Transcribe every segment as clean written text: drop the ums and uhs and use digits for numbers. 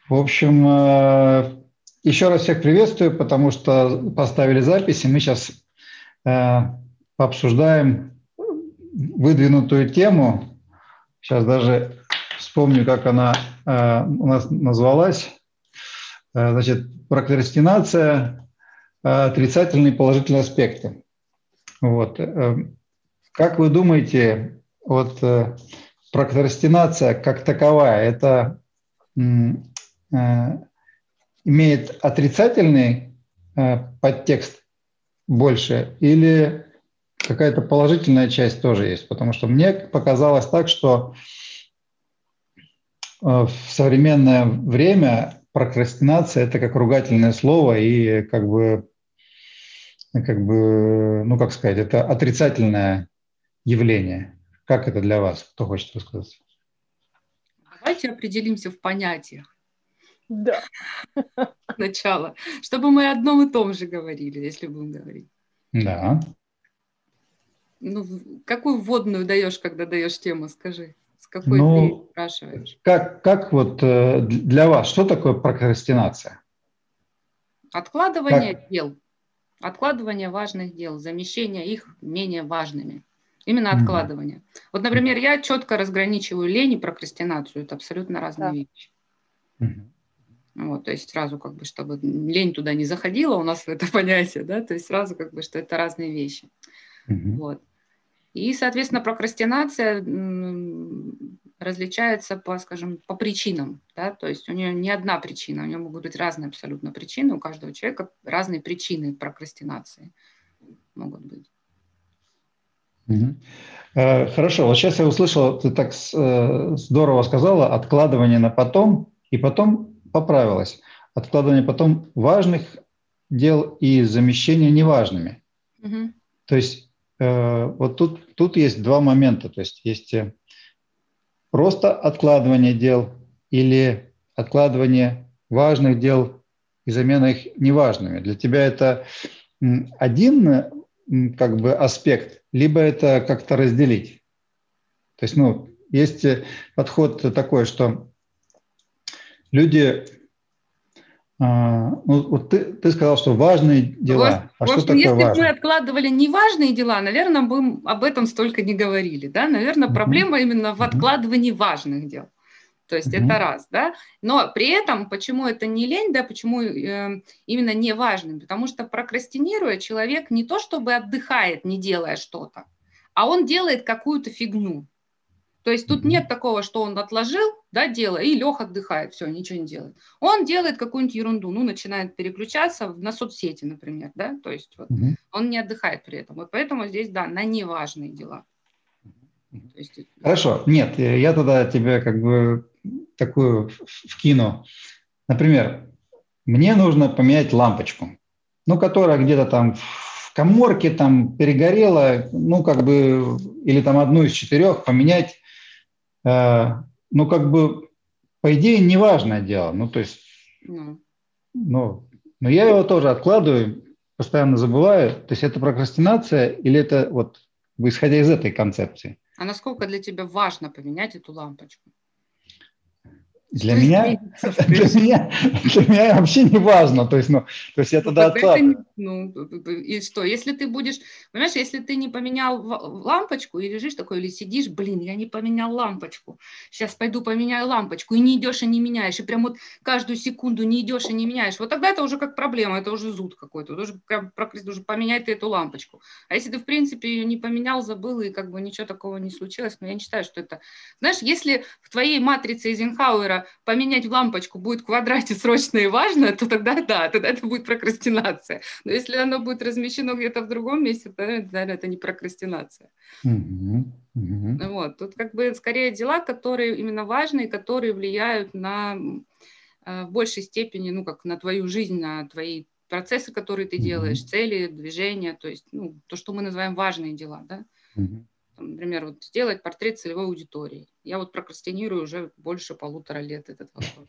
В общем, еще раз всех приветствую, потому что поставили запись, и мы сейчас пообсуждаем выдвинутую тему. Сейчас даже вспомню, как она у нас назвалась. Значит, прокрастинация, отрицательные и положительные аспекты. Вот. Как вы думаете, вот прокрастинация как таковая, это имеет отрицательный подтекст больше или какая-то положительная часть тоже есть? Потому что мне показалось так, что в современное время прокрастинация – это как ругательное слово и ну как сказать, это отрицательное явление. Как это для вас? Кто хочет рассказать? Давайте определимся в понятиях Да. сначала, чтобы мы о одном и том же говорили, если будем говорить. Да. Ну, какую вводную даешь, когда даешь тему, скажи? С какой ты Ну, спрашиваешь? как вот для вас, что такое прокрастинация? Откладывание Как? дел, откладывание важных дел, замещение их менее важными. Именно Мгм. откладывание. Вот, например, я четко разграничиваю лень и прокрастинацию. Это абсолютно разные Да. вещи. Мгм. Вот, то есть сразу как бы, чтобы лень туда не заходила у нас в это понятие, да, то есть сразу как бы, что это разные вещи. Мгм. Вот. И, соответственно, прокрастинация различается по, скажем, по причинам, да, то есть у нее не одна причина, у нее могут быть разные абсолютно причины, у каждого человека разные причины прокрастинации могут быть. Мгм. Хорошо, вот сейчас я услышал, ты так здорово сказала, откладывание на потом, и потом поправилась. Откладывание потом важных дел и замещение неважными. Мгм. То есть вот тут есть два момента. То есть есть просто откладывание дел или откладывание важных дел и замена их неважными. Для тебя это один как бы аспект, либо это как-то разделить. То есть, ну, есть подход такой, что люди, ну, вот ты сказал, что важные дела. А В что общем, такое если бы мы важно? откладывали неважные дела, наверное, бы об этом столько не говорили. Да? Наверное, Мгм. проблема именно в Мгм. откладывании важных дел. То есть это Мгм. раз, да. Но при этом, почему это не лень, да, почему именно не важным? Потому что прокрастинируя, человек не то чтобы отдыхает, не делая что-то, а он делает какую-то фигню. То есть тут Мгм. нет такого, что он отложил, да, дело, и лег отдыхает, все, ничего не делает. Он делает какую-нибудь ерунду, ну, начинает переключаться на соцсети, например, да, то есть вот Мгм. он не отдыхает при этом. Вот поэтому здесь, да, на неважные дела. Мгм. То есть, Хорошо, нет, я тогда тебе как бы такую вкину. Например, мне нужно поменять лампочку, ну, которая где-то там в каморке там перегорела, ну, как бы, или там одну из четырех поменять, э, ну, как бы, по идее, неважное дело. Ну, то есть, ну, ну, но я его тоже откладываю, постоянно забываю. То есть это прокрастинация или это вот исходя из этой концепции? а насколько для тебя важно поменять эту лампочку? Для Что меня, изменится, для скажи? меня, для меня вообще не важно. То есть я Ну, тогда тогда это не, откладываю. ну, и что, если ты будешь, понимаешь, если ты не поменял лампочку и лежишь такой, или сидишь, блин, я не поменял лампочку, сейчас пойду поменяю лампочку, и не идешь и не меняешь, и прям вот каждую секунду не идешь и не меняешь, вот тогда это уже как проблема, это уже зуд какой-то, уже прям уже поменяй ты эту лампочку. А если ты, в принципе, ее не поменял, забыл, и как бы ничего такого не случилось, но я не считаю, что это... Знаешь, если в твоей матрице Эйзенхауэра поменять лампочку будет в квадрате срочно и важно, то тогда да, тогда это будет прокрастинация. Но если оно будет размещено где-то в другом месте, то, наверное, это не прокрастинация. Мгм. Мгм. Вот. Тут как бы скорее дела, которые именно важные, которые влияют на в большей степени, ну, как на твою жизнь, на твои процессы, которые ты делаешь, Мгм. цели, движения, то есть ну, то, что мы называем важные дела, да. Мгм. Там, например, вот сделать портрет целевой аудитории. Я вот прокрастинирую уже больше 1,5 лет этот вопрос.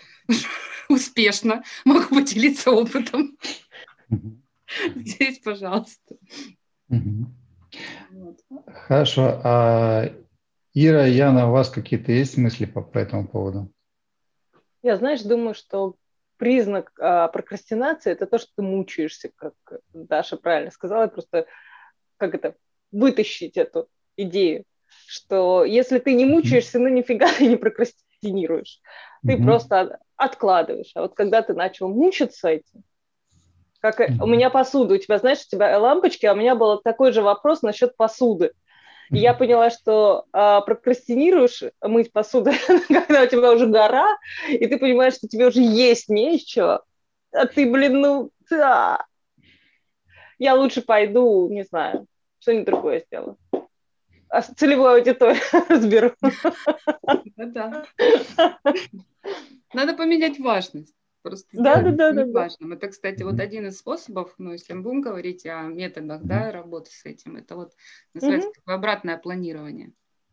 Успешно. Могу поделиться опытом. Мгм. Здесь, пожалуйста. Мгм. Вот. Хорошо. А Ира, Яна, у вас какие-то есть мысли по этому поводу? Я, знаешь, думаю, что признак прокрастинации – это то, что ты мучаешься, как Даша правильно сказала, просто вытащить эту идею, что если ты не мучаешься, ну нифига ты не прокрастинируешь, ты просто откладываешь. А вот когда ты начал мучиться этим, как у меня посуда, у тебя, знаешь, у тебя лампочки, а у меня был такой же вопрос насчет посуды. И я поняла, что прокрастинируешь мыть посуду, когда у тебя уже гора, и ты понимаешь, что тебе уже есть не из чего, а ты, блин, да. Я лучше пойду, не знаю, что-нибудь другое сделаю. А целевую аудиторию разберу. Да. Надо поменять важность. Просто Да. сделать важным. Это, кстати, вот один из способов, ну, если мы будем говорить о методах, да, работы с этим, это вот называется такое обратное планирование.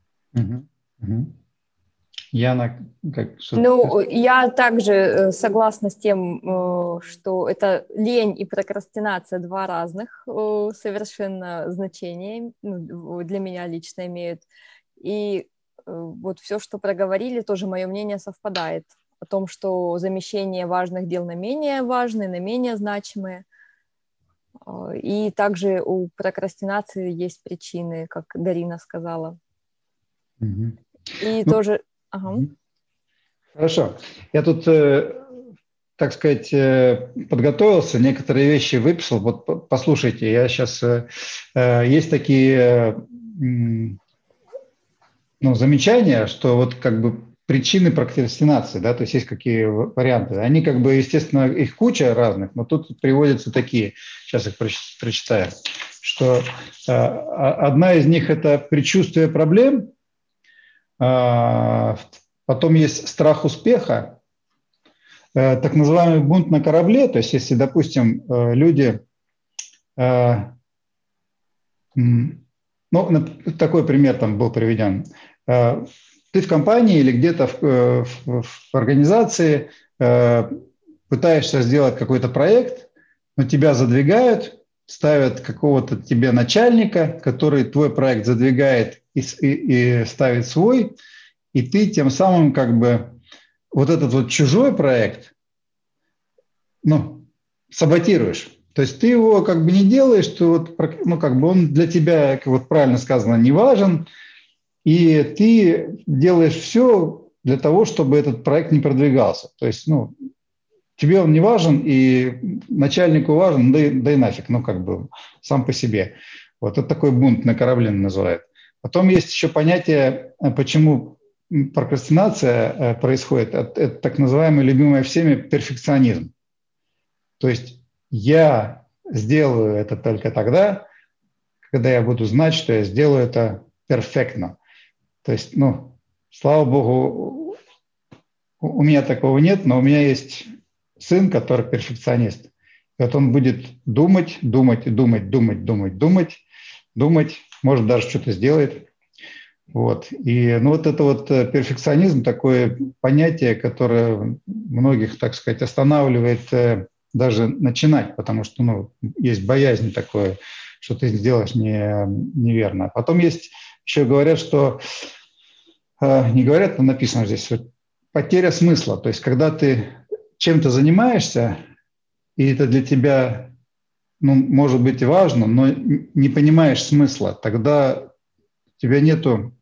Яна, Ну, я также согласна с тем, что это лень и прокрастинация два разных совершенно значения, для меня лично имеют. И вот все, что проговорили, тоже мое мнение совпадает о том, что замещение важных дел на менее важные, на менее значимые. И также у прокрастинации есть причины, как Дарина сказала. И тоже... Хорошо. Я тут, так сказать, подготовился, некоторые вещи выписал. Вот послушайте, я сейчас... Есть такие замечания, что вот как бы причины прокрастинации, да, то есть есть какие варианты. Они как бы, естественно, их куча разных, но тут приводятся такие, сейчас их прочитаю, что одна из них – это предчувствие проблем, потом есть страх успеха, так называемый бунт на корабле, то есть если, допустим, люди, такой пример там был приведен, ты в компании или где-то в организации пытаешься сделать какой-то проект, но тебя задвигают, ставят какого-то тебе начальника, который твой проект задвигает и ставит свой, и ты тем самым как бы вот этот вот чужой проект, саботируешь. То есть ты его как бы не делаешь, что как бы он для тебя, как вот правильно сказано, не важен, и ты делаешь все для того, чтобы этот проект не продвигался. То есть, тебе он не важен, и начальнику важен, да и нафиг, как бы сам по себе. Вот это такой бунт на корабле называют. Потом есть еще понятие, почему прокрастинация происходит. Это так называемый, любимый всеми, перфекционизм. То есть я сделаю это только тогда, когда я буду знать, что я сделаю это перфектно. То есть, слава богу, у меня такого нет, но у меня есть сын, который перфекционист. И вот он будет думать, может, даже что-то сделает. Вот. И вот это вот перфекционизм, такое понятие, которое многих, так сказать, останавливает даже начинать, потому что есть боязнь такое, что ты сделаешь неверно. Потом есть, еще говорят, что, не говорят, но написано здесь, потеря смысла. То есть когда ты чем-то занимаешься, и это для тебя, может быть, и важно, но не понимаешь смысла, тогда у тебя нету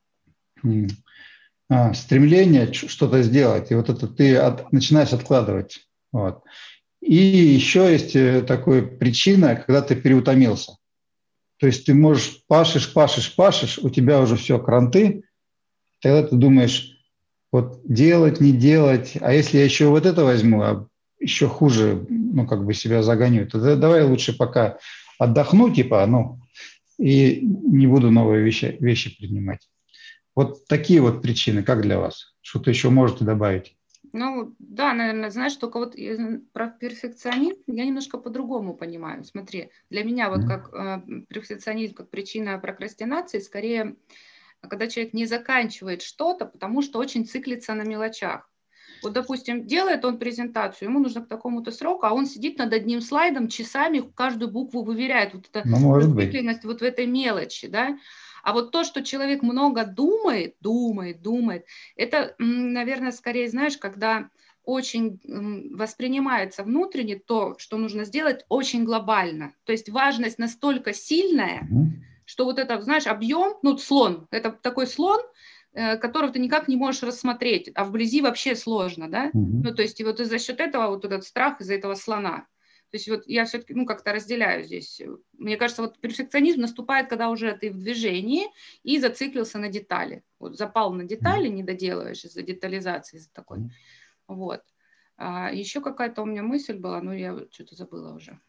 стремления что-то сделать, и вот это ты начинаешь откладывать. Вот. И еще есть такая причина, когда ты переутомился. То есть ты можешь пашешь, у тебя уже все, кранты, тогда ты думаешь, вот делать, не делать, а если я еще вот это возьму, а еще хуже, как бы себя загоню, то давай лучше пока отдохну, и не буду новые вещи принимать. Вот такие вот причины. Как для вас? Что-то еще можете добавить? Да, наверное, знаешь, только вот про перфекционизм я немножко по-другому понимаю. Смотри, для меня вот как перфекционизм, как причина прокрастинации, скорее, когда человек не заканчивает что-то, потому что очень циклится на мелочах. Вот, допустим, делает он презентацию, ему нужно к такому-то сроку, а он сидит над одним слайдом часами, каждую букву выверяет. Вот эта зацикленность вот в этой мелочи, да. А вот то, что человек много думает, это, наверное, скорее, знаешь, когда очень воспринимается внутренне то, что нужно сделать, очень глобально. То есть важность настолько сильная, что вот это, знаешь, объем, ну, слон, это такой слон, которого ты никак не можешь рассмотреть, а вблизи вообще сложно, да? Ну, то есть и вот за счет этого вот этот страх из-за этого слона. То есть вот я все-таки, ну, как-то разделяю здесь. Мне кажется, вот перфекционизм наступает, когда уже ты в движении и зациклился на детали. Вот запал на детали, не доделываешь из-за детализации, из-за такой. Вот. А еще какая-то у меня мысль была, но я что-то забыла уже.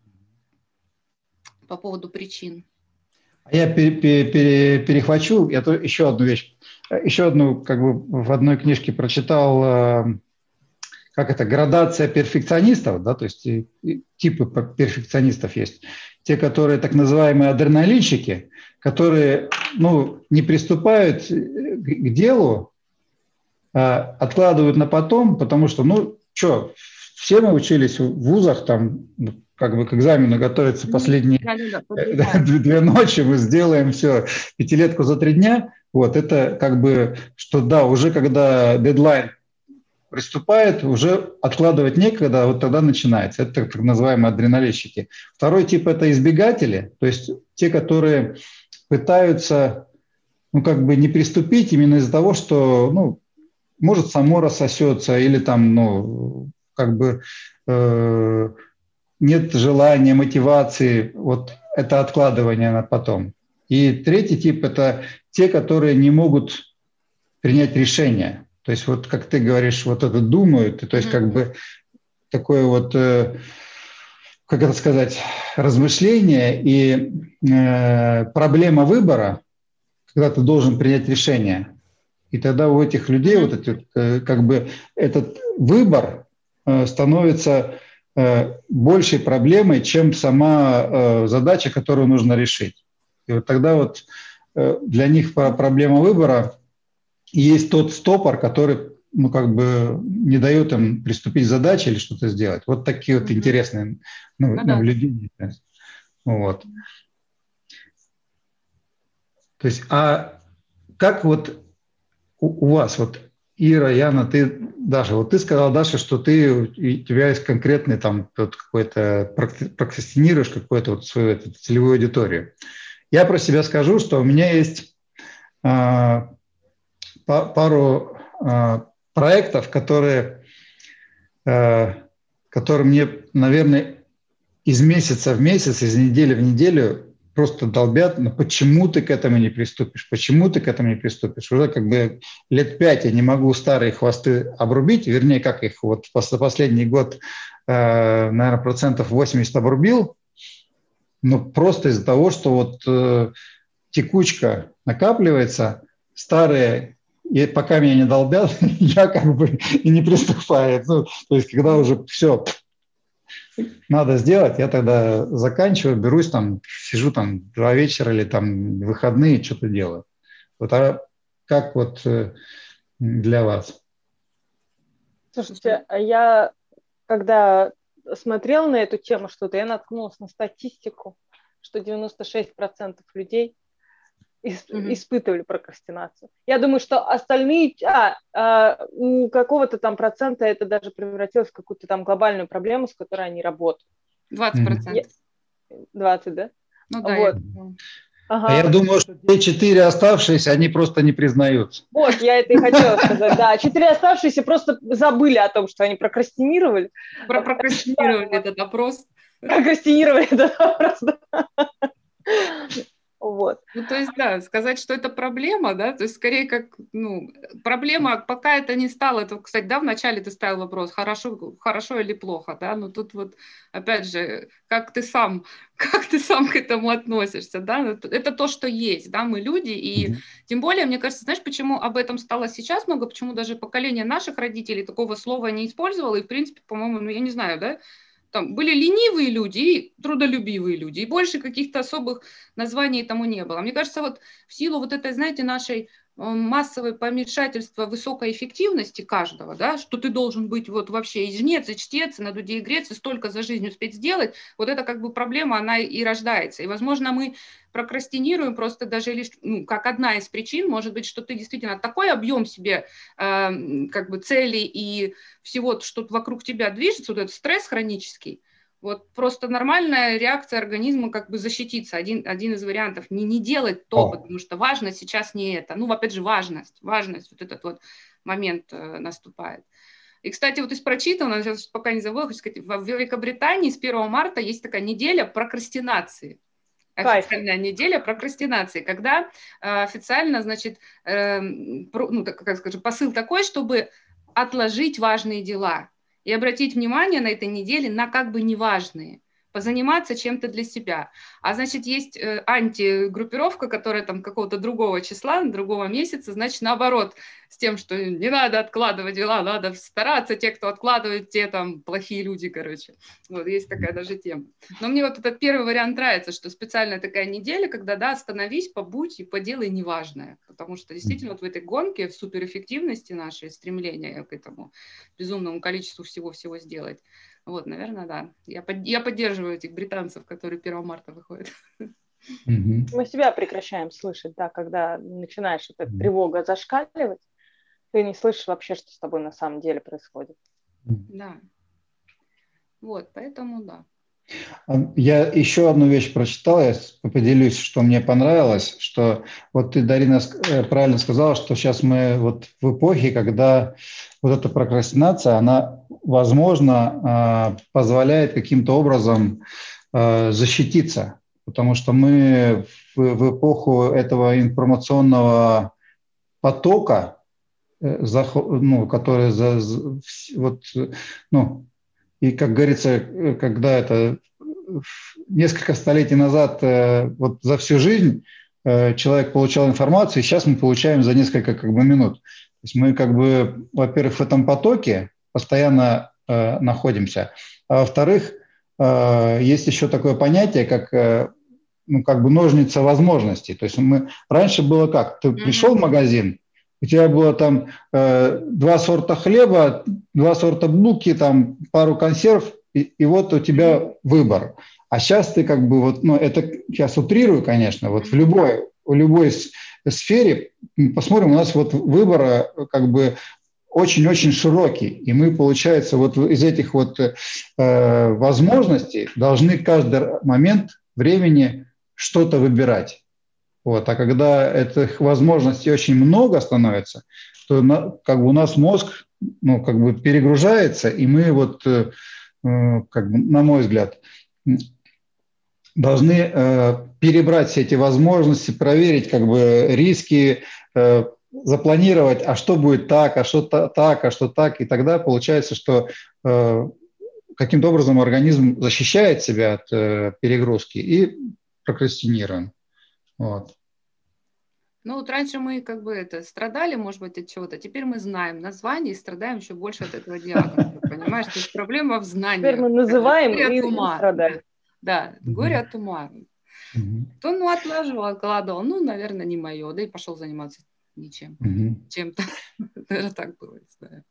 По поводу причин. Я перехвачу еще одну вещь. Еще одну, как бы в одной книжке прочитал, как это, градация перфекционистов, да, то есть типы перфекционистов есть. Те, которые так называемые адреналинщики, которые, ну, не приступают к делу, а откладывают на потом, потому что, ну, что, все мы учились в вузах, там, как бы к экзамену готовятся последние 2 ночи, мы сделаем все, пятилетку за 3 дня. Вот, это как бы, что да, уже когда дедлайн приступает, уже откладывать некогда, вот тогда начинается. Это так называемые адреналинщики. Второй тип – это избегатели, то есть те, которые пытаются, ну, как бы не приступить именно из-за того, что, ну, может, само рассосется или там, ну, как бы нет желания, мотивации, вот это откладывание на потом. И третий тип – это те, которые не могут принять решение. То есть вот, как ты говоришь, вот это думают, то есть как бы такое вот, как это сказать, размышление и проблема выбора, когда ты должен принять решение. И тогда у этих людей вот эти, как бы этот выбор становится большей проблемой, чем сама задача, которую нужно решить. И вот тогда вот для них проблема выбора есть тот стопор, который, ну, как бы не дает им приступить к задаче или что-то сделать. Вот такие вот интересные наблюдения. Вот. То есть, а как вот у вас, вот Ира, Яна, ты, Даша, вот ты сказала, Даша, что у тебя есть конкретный там какой-то, прокрастинируешь какую-то вот свою целевую аудиторию. Я про себя скажу, что у меня есть пару проектов, которые мне, наверное, из месяца в месяц, из недели в неделю просто долбят, но почему ты к этому не приступишь, почему ты к этому не приступишь. Уже как бы лет 5 я не могу старые хвосты обрубить, вернее, как их вот последний год, наверное, 80% обрубил, но просто из-за того, что вот текучка накапливается, старые, и пока меня не долбят, я как бы и не приступаю. Ну, то есть когда уже все надо сделать, я тогда заканчиваю, берусь там, сижу там 2 вечера или там выходные, что-то делаю. Вот, а как вот для вас? Слушайте, я когда смотрела на эту тему что-то, я наткнулась на статистику, что 96% людей испытывали прокрастинацию. Я думаю, что остальные, у какого-то там процента это даже превратилось в какую-то там глобальную проблему, с которой они работают. 20%. 20, да? Ну да. Вот. Ага. Я думаю, что те 4 оставшиеся, они просто не признаются. Вот, я это и хотела сказать, да. 4 оставшиеся просто забыли о том, что они прокрастинировали. Прокрастинировали этот опрос. Прокрастинировали этот опрос, да. Вот. Ну, то есть, да, сказать, что это проблема, да, то есть скорее как, ну, проблема, пока это не стало, это, кстати, да, вначале ты ставил вопрос, хорошо или плохо, да, но тут вот, опять же, как ты сам к этому относишься, да, это то, что есть, да, мы люди, и тем более, мне кажется, знаешь, почему об этом стало сейчас много, почему даже поколение наших родителей такого слова не использовало, и, в принципе, по-моему, ну, я не знаю, да, там были ленивые люди и трудолюбивые люди, и больше каких-то особых названий тому не было. Мне кажется, вот в силу вот этой, знаете, нашей массовое помешательство высокой эффективности каждого, да, что ты должен быть вот вообще и жнец, и чтец, и на дуде и грец, и столько за жизнь успеть сделать, вот эта как бы проблема, она и рождается. И, возможно, мы прокрастинируем просто даже лишь, ну, как одна из причин, может быть, что ты действительно такой объем себе как бы целей и всего, что вокруг тебя движется, вот этот стресс хронический, вот просто нормальная реакция организма как бы защититься. Один из вариантов не делать то, потому что важность сейчас не это. Ну, опять же, важность, вот этот вот момент наступает. И, кстати, вот из прочитанного, сейчас пока не забыла, хочу сказать, в Великобритании с 1 марта есть такая неделя прокрастинации. Официальная неделя прокрастинации, когда официально, значит, ну, как скажем, посыл такой, чтобы отложить важные дела и обратить внимание на этой неделе на как бы неважные, позаниматься чем-то для себя. А значит, есть антигруппировка, которая там какого-то другого числа, другого месяца, значит, наоборот, с тем, что не надо откладывать дела, надо стараться, те, кто откладывает, те там плохие люди, короче. Вот, есть такая даже тема. Но мне вот этот первый вариант нравится, что специальная такая неделя, когда, да, остановись, побудь и поделай неважное. Потому что действительно вот в этой гонке, в суперэффективности нашей, стремления к этому безумному количеству всего-всего сделать. Вот, наверное, да. Я поддерживаю этих британцев, которые 1 марта выходят. Мы себя прекращаем слышать, да, когда начинаешь эта тревога зашкаливать, ты не слышишь вообще, что с тобой на самом деле происходит. Да. Вот, поэтому да. Я еще одну вещь прочитал, я поделюсь, что мне понравилось, что вот ты, Дарина, правильно сказала, что сейчас мы вот в эпохе, когда вот эта прокрастинация, она, возможно, позволяет каким-то образом защититься, потому что мы в эпоху этого информационного потока, ну, который вот, ну, и, как говорится, когда это несколько столетий назад вот за всю жизнь человек получал информацию, и сейчас мы получаем за несколько как бы минут. То есть мы как бы, во-первых, в этом потоке постоянно находимся, а во-вторых, есть еще такое понятие, как ну, как бы ножница возможностей. То есть раньше было как? Ты пришел в магазин, у тебя было там 2 сорта хлеба, 2 сорта булки, там пару консерв, и вот у тебя выбор. А сейчас ты как бы вот, ну это сейчас утрирую, конечно, вот в любой сфере, посмотрим, у нас вот выбор как бы очень-очень широкий, и мы, получается, вот из этих вот возможностей должны каждый момент времени что-то выбирать. Вот. А когда этих возможностей очень много становится, то как бы у нас мозг ну, как бы перегружается, и мы вот, как бы, на мой взгляд, должны перебрать все эти возможности, проверить как бы риски, запланировать, а что будет так, а что так, а что так. И тогда получается, что каким-то образом организм защищает себя от перегрузки и прокрастинируем. Вот. Ну вот раньше мы как бы страдали, может быть, от чего-то, теперь мы знаем название и страдаем еще больше от этого диагноза, понимаешь? То есть проблема в знаниях. Теперь мы называем Горе и от ума. страдаем. Да, горе от ума. То, ну, отложил, откладывал, ну, наверное, не мое, да и пошел заниматься ничем, чем-то. Наверное, так было.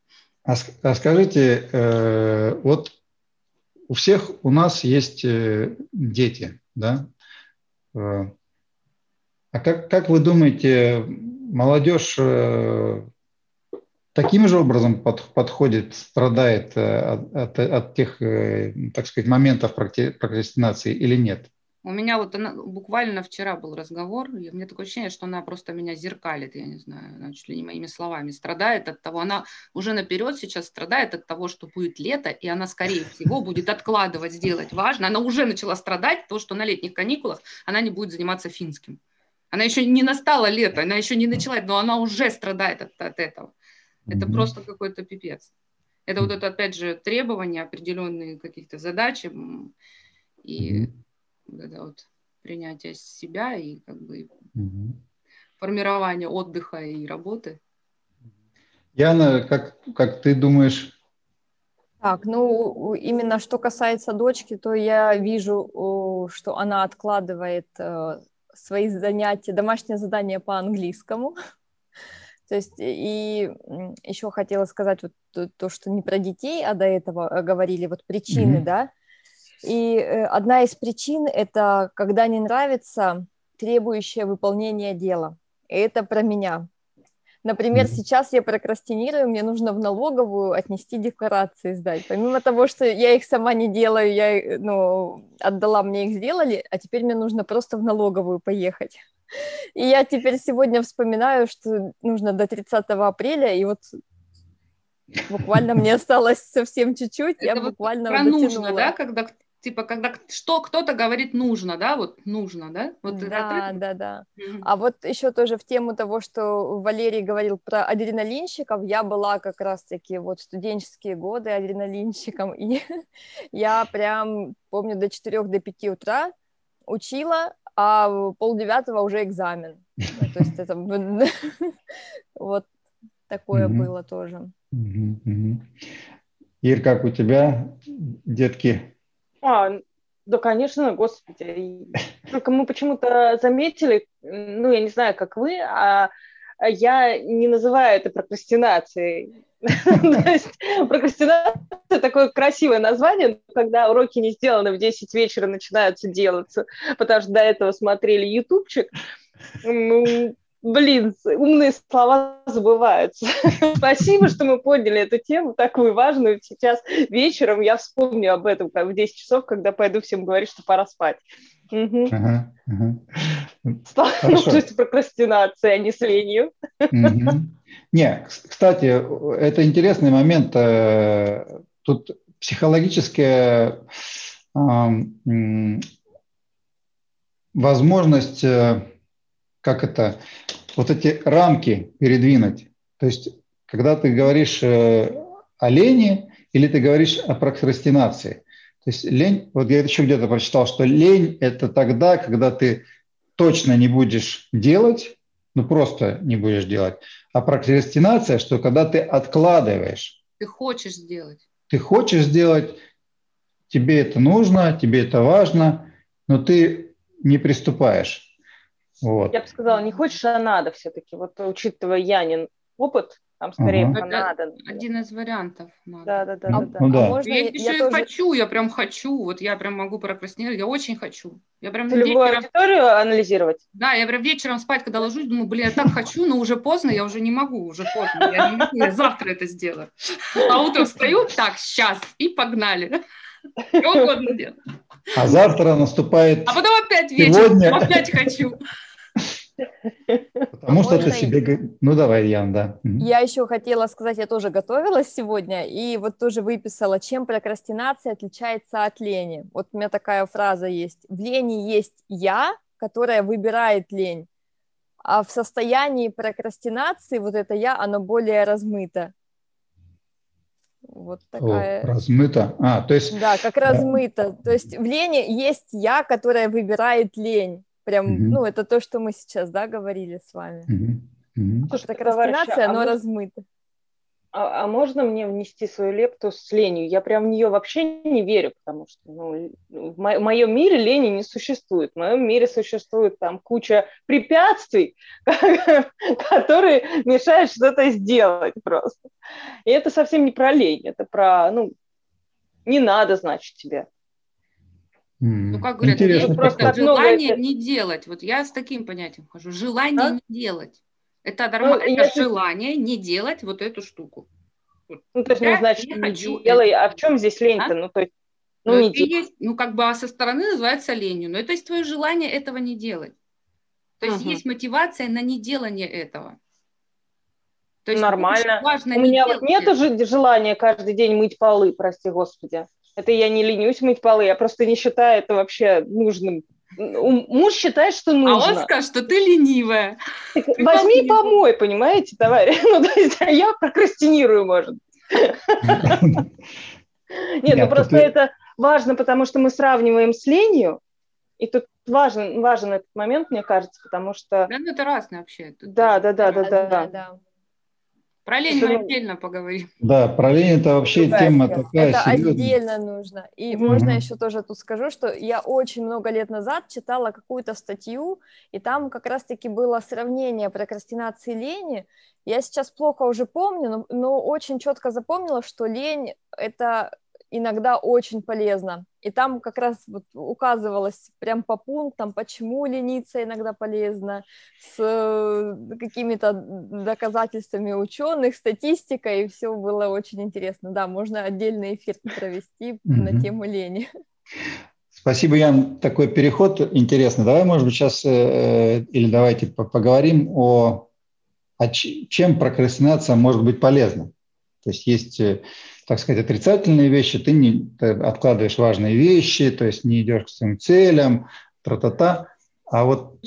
А скажите, вот у всех у нас есть дети, да? А как вы думаете, молодежь таким же образом подходит, страдает от тех, так сказать, моментов прокрастинации или нет? У меня вот буквально вчера был разговор, и у меня такое ощущение, что она просто меня зеркалит, я не знаю, она чуть ли не моими словами страдает от того, она уже наперед сейчас страдает от того, что будет лето, и она, скорее всего, будет откладывать, сделать важно. Она уже начала страдать, то, что на летних каникулах она не будет заниматься финским. Она еще не настала лето, она еще не начала, но она уже страдает от этого. Это просто какой-то пипец. Это вот это, опять же, требования, определенные каких-то задач, и вот это вот принятие себя и как бы формирование отдыха и работы. Яна, как ты думаешь? Так, ну, именно что касается дочки, то я вижу, что она откладывает свои занятия, домашнее задание по английскому. То есть и еще хотела сказать вот то, что не про детей, а до этого говорили, вот причины, да. И одна из причин – это когда не нравится требующее выполнение дела. И это про меня. Например, сейчас я прокрастинирую, мне нужно в налоговую отнести декларации, сдать. Помимо того, что я их сама не делаю, я отдала, мне их сделали, а теперь мне нужно просто в налоговую поехать. И я теперь сегодня вспоминаю, что нужно до 30 апреля, и вот буквально мне осталось совсем чуть-чуть, я Это вот буквально про дотянула. нужно, да, когда что кто-то говорит нужно, да, вот нужно, да? Вот Да. А вот еще тоже в тему того, что Валерий говорил про адреналинщиков, я была как раз-таки вот в студенческие годы адреналинщиком, и я прям помню до 4-5 утра учила, а в 8:30 уже экзамен. Ну, то есть это вот такое было тоже. Ир, как у тебя детки? Да, конечно, господи. Только мы почему-то заметили, ну, я не знаю, как вы, а я не называю это прокрастинацией. То есть прокрастинация – такое красивое название, когда уроки не сделаны в 10 вечера, начинаются делаться, потому что до этого смотрели ютубчик. Ну, блин, умные слова забываются. Спасибо, что мы подняли эту тему, такую важную. Сейчас вечером я вспомню об этом в 10 часов, когда пойду всем говорить, что пора спать. Столкнувшись с прокрастинацией, а не с ленью. Не, кстати, это интересный момент. Тут психологическая возможность, вот эти рамки передвинуть. То есть, когда ты говоришь о лени или ты говоришь о прокрастинации. То есть лень, вот я еще где-то прочитал, что лень – это тогда, когда ты точно не будешь делать, ну просто не будешь делать. А прокрастинация, что когда ты откладываешь. Ты хочешь сделать. Ты хочешь сделать, тебе это нужно, тебе это важно, но ты не приступаешь. Вот. Я бы сказала, не хочешь, а надо все-таки. Вот учитывая Янин опыт, там скорее про надо. Один из вариантов. Да. Ну, да. Можно я еще и тоже... хочу, я прям хочу. Вот я прям могу прокрастинировать, я очень хочу. Я прям целевую аудиторию анализировать? Да, я прям вечером спать, когда ложусь, думаю, блин, я так хочу, но уже поздно, я уже не могу, уже поздно. Я не могу, я завтра это сделаю. А утром встаю, так, сейчас, и погнали. Что угодно делать. А завтра наступает. А потом опять вечером, опять хочу. Потому что ты себе... Ну, давай, Ян, да. Я еще хотела сказать, я тоже готовилась сегодня, и вот тоже выписала, чем прокрастинация отличается от лени. Вот у меня такая фраза есть. В лени есть я, которая выбирает лень, а в состоянии прокрастинации вот это я, оно более размыто. Вот такая... размыто? То есть... Да, как размыто. То есть в лени есть я, которая выбирает лень. Прям, ну, это то, что мы сейчас, да, говорили с вами. Прокрастинация, оно размыто. А можно мне внести свою лепту с ленью? Я прям в нее вообще не верю, потому что в моем мире лени не существует. В моем мире существует там куча препятствий, которые мешают что-то сделать просто. И это совсем не про лень, это про, не надо, значит, тебе. Ну, как говорят, есть просто желание не делать. Вот я с таким понятием хожу. Желание не делать. Это желание не делать вот эту штуку. Ну, то есть, значит, не делай. А в чем здесь лень-то? Ну, то есть, не делай. А со стороны называется ленью. Но это есть твое желание этого не делать. То есть есть мотивация на неделание этого. То есть нормально. У меня вот нет желания каждый день мыть полы, прости господи. Это я не ленюсь мыть полы, я просто не считаю это вообще нужным. Муж считает, что нужно. А он скажет, что ты ленивая. Возьми и помой, понимаете, товарищ? Ну, то есть я прокрастинирую, может. Нет, просто это важно, потому что мы сравниваем с ленью, и тут важен этот момент, мне кажется, потому что... Да, ну это разное вообще. Да. Про лень мы отдельно поговорим. Да, про лень это вообще тема такая это серьезная. отдельно нужно. И можно еще тоже тут скажу, что я очень много лет назад читала какую-то статью, и там как раз-таки было сравнение прокрастинации и лени. Я сейчас плохо уже помню, но очень четко запомнила, что лень – это иногда очень полезно. И там как раз вот указывалось прям по пунктам, почему лениться иногда полезно, с какими-то доказательствами ученых, статистикой, и все было очень интересно. Да, можно отдельный эфир провести на тему лени. Спасибо, Ян. Такой переход интересный. Давай, может быть, сейчас или давайте поговорим чем прокрастинация может быть полезна. То есть, так сказать, отрицательные вещи, ты откладываешь важные вещи, то есть не идешь к своим целям, тра-та-та. А вот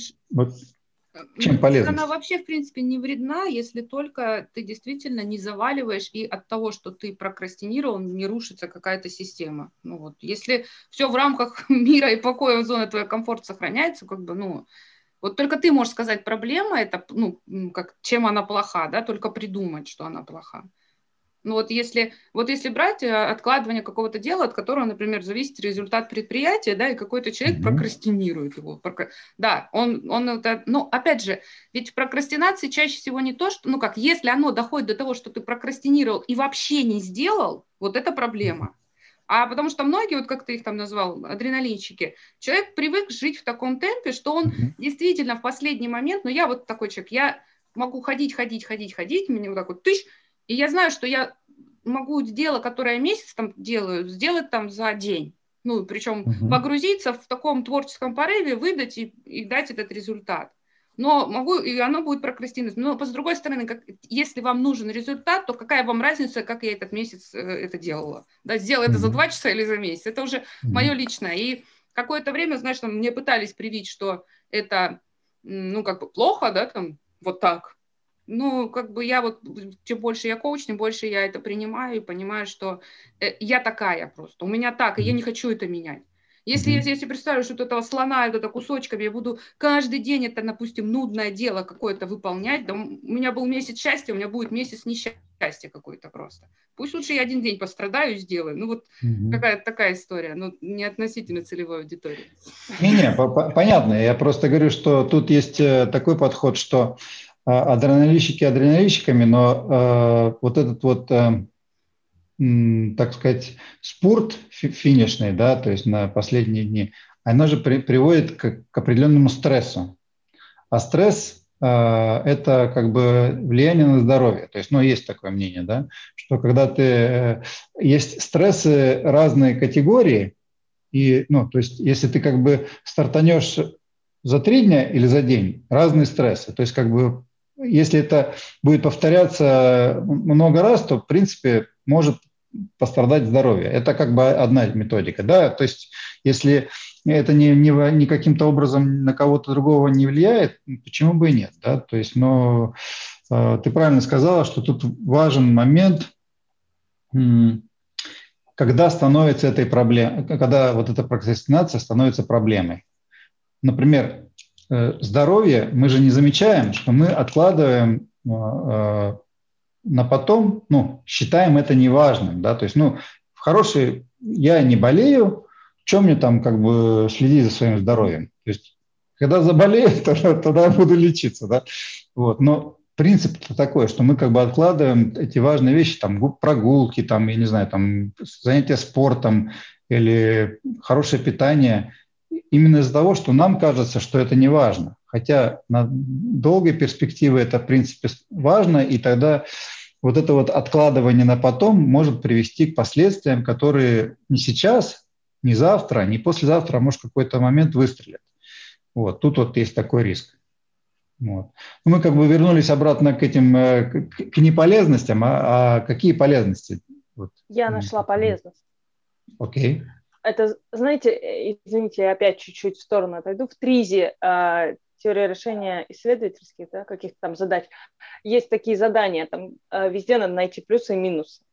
чем полезна? Она вообще, в принципе, не вредна, если только ты действительно не заваливаешь, и от того, что ты прокрастинировал, не рушится какая-то система. Ну вот, если все в рамках мира и покоя, зоны твоего комфорта сохраняется, как бы, ну, вот только ты можешь сказать, проблема это, ну, как, чем она плоха, да, только придумать, что она плоха. Ну вот если брать откладывание какого-то дела, от которого, например, зависит результат предприятия, да, и какой-то человек прокрастинирует его. Да, он это, ну, опять же, ведь в прокрастинации чаще всего не то, что, ну как, если оно доходит до того, что ты прокрастинировал и вообще не сделал, вот это проблема. А потому что многие, вот как ты их там назвал, адреналинщики, человек привык жить в таком темпе, что он действительно в последний момент, ну я вот такой человек, я могу ходить, мне вот так вот тыщ, и я знаю, что я могу дело, которое я месяц там делаю, сделать там за день. Ну, причем погрузиться в таком творческом порыве, выдать и дать этот результат. Но могу, и оно будет прокрастинировать. Но с другой стороны, если вам нужен результат, то какая вам разница, как я этот месяц это делала? Да, сделала это за 2 часа или за месяц? Это уже мое личное. И какое-то время, знаешь, там, мне пытались привить, что это, ну, как бы плохо, да, там, вот так. Ну, как бы я вот, чем больше я коуч, тем больше я это принимаю и понимаю, что я такая просто, у меня так, и я не хочу это менять. Если я себе представлю, что этого слона, это кусочками, я буду каждый день это, допустим, нудное дело какое-то выполнять, да, у меня был месяц счастья, у меня будет месяц несчастья какой-то просто. Пусть лучше я один день пострадаю и сделаю. Ну вот какая-то такая история, но не относительно целевой аудитории. Не, понятно. Я просто говорю, что тут есть такой подход, что адреналинщики адреналинщиками, но вот этот вот, так сказать, спорт финишный, да, то есть на последние дни, оно же приводит к определенному стрессу. А стресс это как бы влияние на здоровье. То есть, ну, есть такое мнение, да, что когда есть стрессы разной категории, и, ну, то есть, если ты как бы стартанешь за 3 дня или за день, разные стрессы. То есть, как бы, если это будет повторяться много раз, то, в принципе, может пострадать здоровье. Это как бы одна методика, да. То есть, если это не каким-то образом на кого-то другого не влияет, почему бы и нет, да. То есть, но ты правильно сказала, что тут важен момент, когда становится этой проблемой, когда вот эта прокрастинация становится проблемой. Например, здоровье мы же не замечаем, что мы откладываем на потом, ну, считаем это неважным, да, то есть, ну, я не болею, чем мне там как бы следить за своим здоровьем? То есть, когда заболею, тогда буду лечиться, да, вот, но принцип такой, что мы как бы откладываем эти важные вещи, там, прогулки, там, я не знаю, там, занятия спортом или хорошее питание, именно из-за того, что нам кажется, что это не важно. Хотя на долгой перспективе это, в принципе, важно, и тогда вот это вот откладывание на потом может привести к последствиям, которые не сейчас, не завтра, не послезавтра, а может в какой-то момент выстрелят. Вот. Тут вот есть такой риск. Вот. Мы как бы вернулись обратно к этим, к неполезностям, а какие полезности? Вот. Я нашла полезность. Окей. Это, знаете, извините, я опять чуть-чуть в сторону отойду. В ТРИЗе теория решения исследовательских, да, каких-то там задач, есть такие задания, там везде надо найти плюсы и минусы.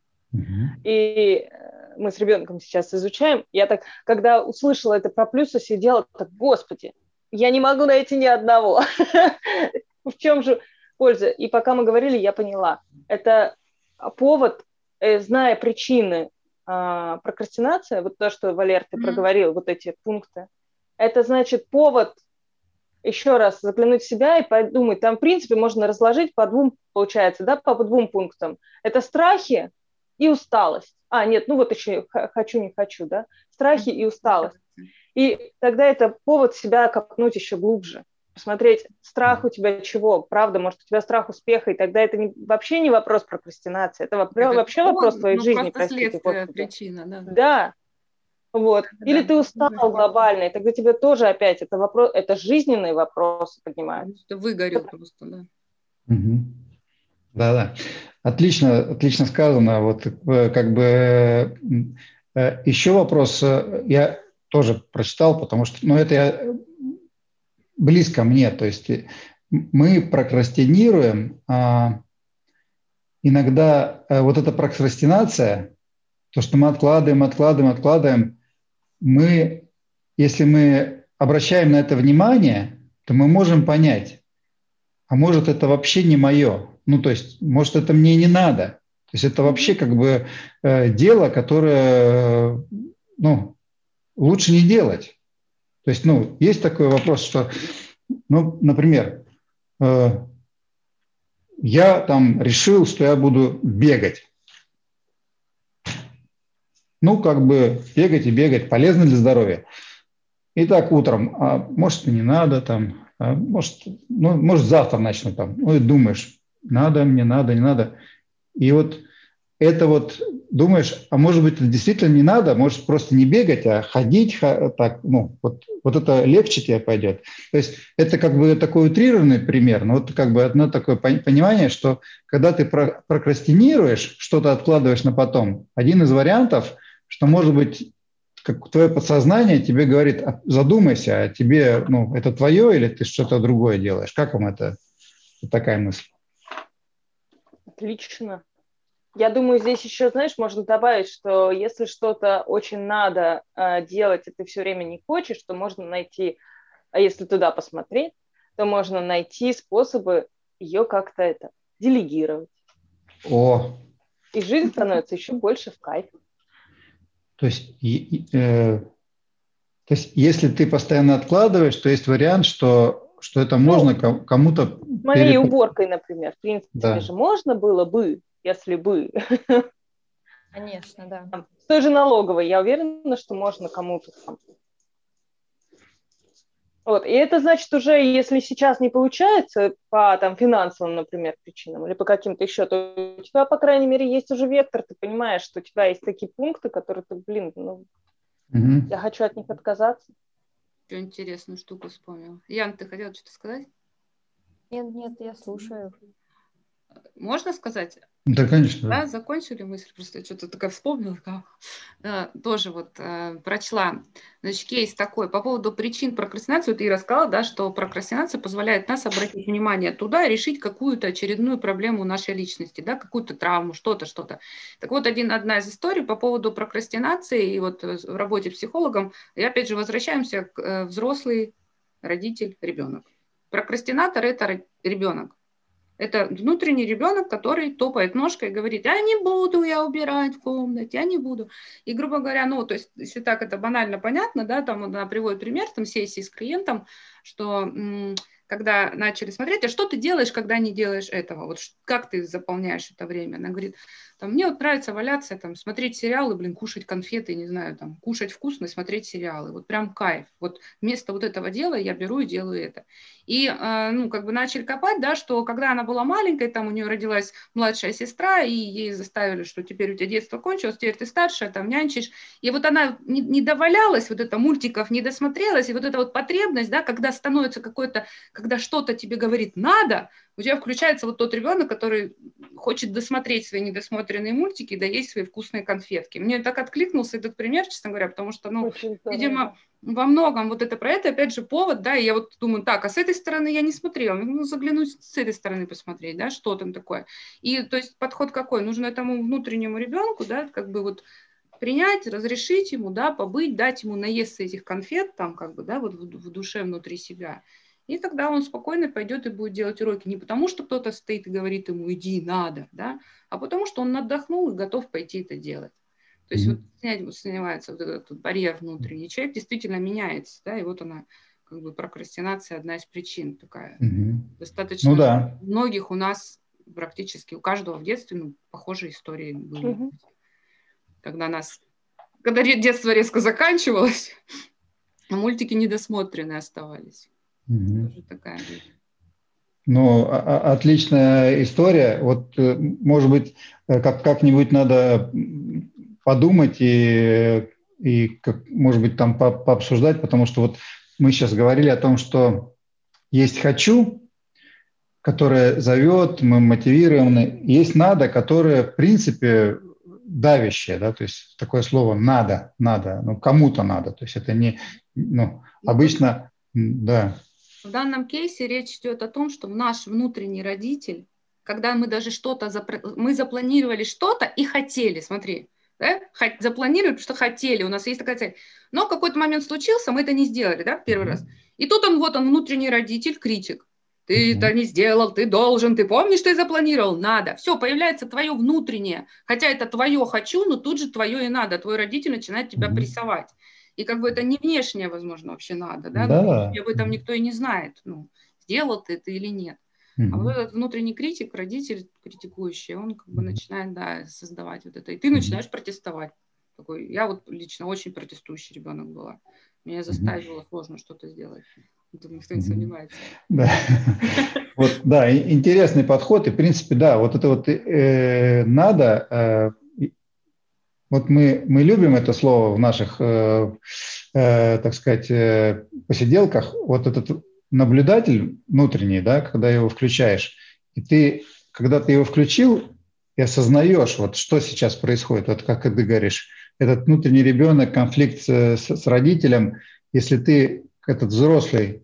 И мы с ребенком сейчас изучаем. Я так, когда услышала это про плюсы, сидела так, господи, я не могу найти ни одного. В чем же польза. И пока мы говорили, я поняла. Это повод, зная причины прокрастинации, вот то, что, Валер, ты проговорил, вот эти пункты, это значит повод еще раз заглянуть в себя и подумать. Там, в принципе, можно разложить по двум, получается, да, по двум пунктам. Это страхи и усталость. Нет, ну вот еще хочу, не хочу, да. Страхи и усталость. И тогда это повод себя копнуть еще глубже. Посмотреть, страх у тебя чего? Правда, может, у тебя страх успеха, и тогда это вообще не вопрос прокрастинации, это вообще вопрос твоей жизни, простите. Причина, да. Да. Вот. Или ты устал глобально, и тогда тебе тоже опять это вопрос, это жизненные вопросы поднимаются. Ты выгорел просто, да. Да-да. Отлично сказано. Вот как бы еще вопрос я тоже прочитал, потому что, это близко мне. То есть мы прокрастинируем. Иногда вот эта прокрастинация, то, что мы откладываем, если мы обращаем на это внимание, то мы можем понять, а может, это вообще не мое. То есть, может, это мне не надо. То есть это вообще как бы дело, которое, лучше не делать. То есть, есть такой вопрос, что, например, я там решил, что я буду бегать. Как бы бегать и бегать полезно для здоровья. И так утром, может, и не надо, там, может, завтра начну там. И думаешь, надо мне, надо, не надо. И вот это вот думаешь, может быть, это действительно не надо, может просто не бегать, а ходить, так, вот это легче тебе пойдет. То есть это как бы такой утрированный пример, но вот как бы одно такое понимание, что когда ты прокрастинируешь, что-то откладываешь на потом, один из вариантов, что, может быть, как твое подсознание тебе говорит, задумайся, а тебе, это твое или ты что-то другое делаешь? Как вам это? Вот такая мысль. Отлично. Я думаю, здесь еще, знаешь, можно добавить, что если что-то очень надо делать, и ты все время не хочешь, то можно найти, а если туда посмотреть, то можно найти способы ее как-то делегировать. И жизнь становится еще больше в кайф. То есть, если ты постоянно откладываешь, то есть вариант, что это можно кому-то... Моей уборкой, например, в принципе же можно было бы, если бы. Конечно, да. С той же налоговой, я уверена, что можно кому-то. Вот. И это значит уже, если сейчас не получается по финансовым, например, причинам или по каким-то еще, то у тебя, по крайней мере, есть уже вектор, ты понимаешь, что у тебя есть такие пункты, которые ты, я хочу от них отказаться. Что интересную штуку вспомнила. Ян, ты хотела что-то сказать? Нет, я слушаю. Можно сказать? Да, конечно. Да, закончили мысль, просто я что-то такая вспомнила, тоже вот прочла. Значит, кейс такой по поводу причин прокрастинации. Ты рассказала, да, что прокрастинация позволяет нас обратить внимание туда и решить какую-то очередную проблему нашей личности, да, какую-то травму, что-то. Так вот, одна из историй по поводу прокрастинации, и вот в работе психологом, и опять же возвращаемся к взрослый, родитель, ребенок. Прокрастинатор – это ребенок. Это внутренний ребенок, который топает ножкой и говорит, я не буду я убирать в комнате, я не буду. И, грубо говоря, то есть, если так это банально понятно, да, там она приводит пример, сессии с клиентом, что когда начали смотреть, а что ты делаешь, когда не делаешь этого? Вот как ты заполняешь это время? Она говорит, мне вот нравится валяться, смотреть сериалы, кушать конфеты, не знаю, кушать вкусно и смотреть сериалы. Вот прям кайф. Вот вместо вот этого дела я беру и делаю это. И, начали копать, да, что когда она была маленькой, у нее родилась младшая сестра, и ей заставили, что теперь у тебя детство кончилось, теперь ты старшая, нянчишь. И вот она не довалялась, вот это мультиков не досмотрелась, и вот эта вот потребность, да, когда становится когда что-то тебе говорит «надо», у тебя включается вот тот ребенок, который хочет досмотреть свои недосмотренные мультики, да есть свои вкусные конфетки. Мне так откликнулся этот пример, честно говоря, потому что, видимо, во многом вот это про это, опять же, повод, да, и я вот думаю, так, а с этой стороны я не смотрела, заглянуть с этой стороны посмотреть, да, что там такое. И, то есть, подход какой? Нужно этому внутреннему ребенку, да, принять, разрешить ему, да, побыть, дать ему наесться этих конфет, да, вот в душе внутри себя. И тогда он спокойно пойдет и будет делать уроки. Не потому, что кто-то стоит и говорит ему, иди, надо, да, а потому, что он отдохнул и готов пойти это делать. То есть снимается вот этот барьер внутренний. Человек действительно меняется, да, и вот она, как бы прокрастинация одна из причин такая. Достаточно многих у нас практически, у каждого в детстве похожие истории были. Когда детство резко заканчивалось, мультики недосмотренные оставались. Тоже такая вещь. Ну, отличная история. Вот, может быть, как-нибудь надо подумать и может быть, там пообсуждать, потому что вот мы сейчас говорили о том, что есть «хочу», которое зовет, мы мотивированы, есть «надо», которое, в принципе, давящее, да, то есть такое слово «надо», ну, кому-то надо, то есть это не, ну, обычно, да. В данном кейсе речь идет о том, что наш внутренний родитель, когда мы даже мы запланировали что-то и хотели, смотри, да? Запланировали, потому что хотели, у нас есть такая цель. Но в какой-то момент случился, мы это не сделали, да, в первый раз. И тут он внутренний родитель, критик. Ты это не сделал, ты должен, ты помнишь, ты запланировал, надо. Все, появляется твое внутреннее. Хотя это твое хочу, но тут же твое и надо. Твой родитель начинает тебя прессовать. И как бы это не внешнее, возможно, вообще надо, да? Да. Об этом никто и не знает, ну, сделал ты это или нет. А вот этот внутренний критик, родитель критикующий, он как бы начинает, да, создавать вот это. И ты начинаешь протестовать. Такой, я вот лично очень протестующий ребенок была. Меня заставить было сложно что-то сделать. Этим никто не сомневается. Да. Вот, да, интересный подход. И, в принципе, да, вот это вот надо. Вот мы любим это слово в наших, так сказать, посиделках. Вот этот наблюдатель внутренний, да, когда его включаешь, и ты, когда ты его включил, и осознаешь, вот что сейчас происходит, вот как ты говоришь, этот внутренний ребенок, конфликт с родителем, если ты, этот взрослый,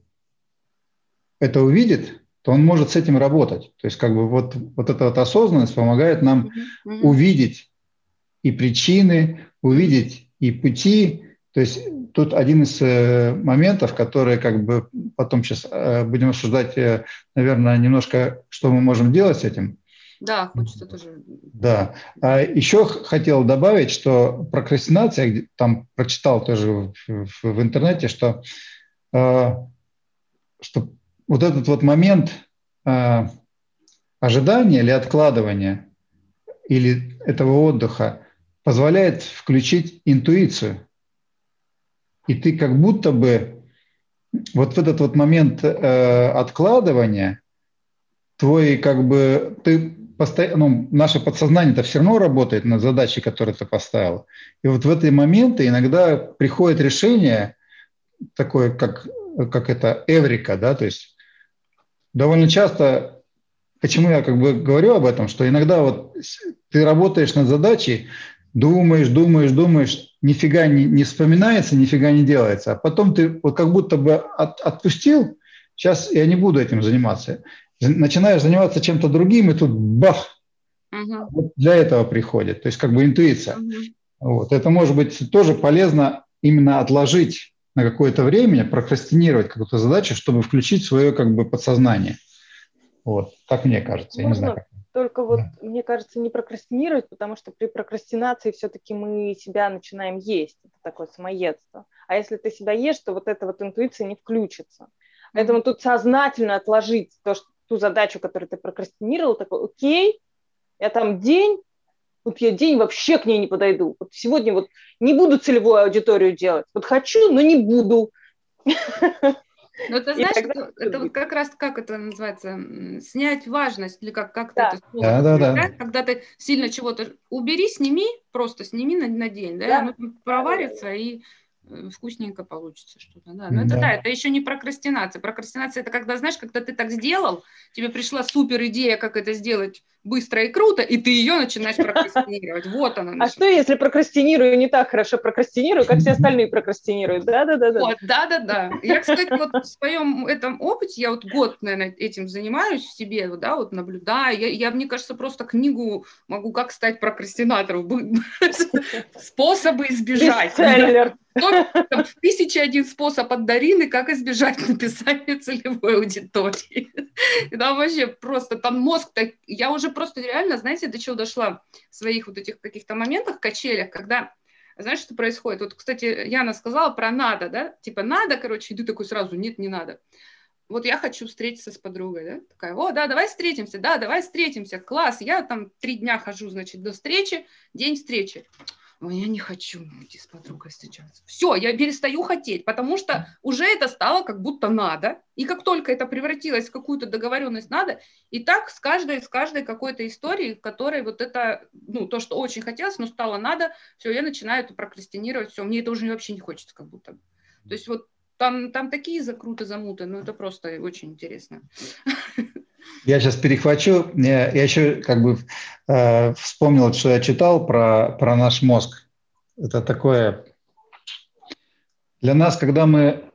это увидит, то он может с этим работать. То есть как бы вот эта вот осознанность помогает нам увидеть и причины, увидеть и пути. То есть тут один из моментов, которые как бы потом сейчас будем обсуждать, наверное, немножко, что мы можем делать с этим. Да, хочется тоже. Да. А еще хотел добавить, что прокрастинация, там прочитал тоже в интернете, что вот этот вот момент ожидания или откладывания или этого отдыха позволяет включить интуицию. И ты как будто бы вот в этот вот момент откладывания твой как бы ты постоянно, наше подсознание-то все равно работает над задачей, которую ты поставил. И вот в эти моменты иногда приходит решение такое, как это эврика, да, то есть довольно часто, почему я как бы говорю об этом, что иногда вот ты работаешь над задачей, думаешь, нифига не вспоминается, нифига не делается, а потом ты вот как будто бы отпустил, сейчас я не буду этим заниматься. Начинаешь заниматься чем-то другим, и тут бах, вот для этого приходит, то есть как бы интуиция. Вот. Это может быть тоже полезно именно отложить на какое-то время, прокрастинировать какую-то задачу, чтобы включить свое как бы подсознание. Вот, как мне кажется. Я не знаю, как... Только вот, мне кажется, не прокрастинировать, потому что при прокрастинации все-таки мы себя начинаем есть. Это такое самоедство. А если ты себя ешь, то вот эта вот интуиция не включится. Поэтому тут сознательно отложить ту задачу, которую ты прокрастинировал, такой, окей, я там день вообще к ней не подойду. Вот сегодня вот не буду целевую аудиторию делать. Вот хочу, но не буду. Ну, ты знаешь, это вот как раз, как это называется, снять важность, или как-то это слово. Да. Когда ты сильно чего-то убери, сними, просто сними на день, да, оно проварится и вкусненько получится что-то. Да. Но это еще не прокрастинация. Прокрастинация – это когда, знаешь, когда ты так сделал, тебе пришла супер идея, как это сделать быстро и круто, и ты ее начинаешь прокрастинировать. Вот она. А что, если прокрастинирую не так хорошо прокрастинирую, как все остальные прокрастинируют? Да. Вот, да. Я, кстати, вот в своем этом опыте, я вот год, наверное, этим занимаюсь в себе, да, вот наблюдаю. Я, мне кажется, просто книгу могу «Как стать прокрастинатором», способы избежать. Там 1001 способ от Дарины, как избежать написания целевой аудитории. И там вообще просто, там мозг, я уже просто реально, знаете, до чего дошла в своих вот этих каких-то моментах, качелях, когда, знаешь, что происходит? Вот, кстати, Яна сказала про надо, да? Типа надо, короче, и ты такой сразу, нет, не надо. Вот я хочу встретиться с подругой, да? Такая, о, да, давай встретимся, класс. Я там 3 дня хожу, значит, до встречи, день встречи. Ой, я не хочу идти с подругой встречаться. Все, я перестаю хотеть, потому что уже это стало как будто надо. И как только это превратилось в какую-то договоренность надо, и так с каждой какой-то историей, в которой вот это, ну, то, что очень хотелось, но стало надо, все, я начинаю это прокрастинировать, все, мне это уже вообще не хочется как будто. То есть вот там такие закруты, замуты, ну это просто очень интересно. Я сейчас перехвачу. Я еще как бы вспомнил, что я читал про наш мозг. Это такое... Для нас, когда мы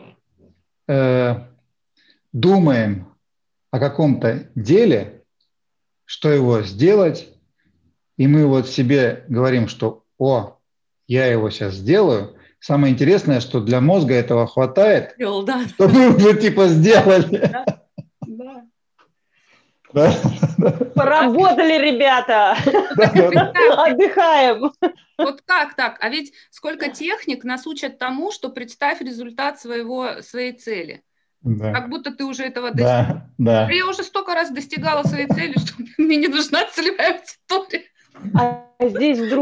думаем о каком-то деле, что его сделать, и мы вот себе говорим, что «О, я его сейчас сделаю», самое интересное, что для мозга этого хватает, что мы уже типа сделали. Да. Поработали, ребята! Отдыхаем! Вот как так? А ведь сколько техник нас учат тому, что представь результат своей цели. Да. Как будто ты уже этого достиг. Да, да. Я уже столько раз достигала своей цели, что мне не нужна целевая аудитория. А здесь в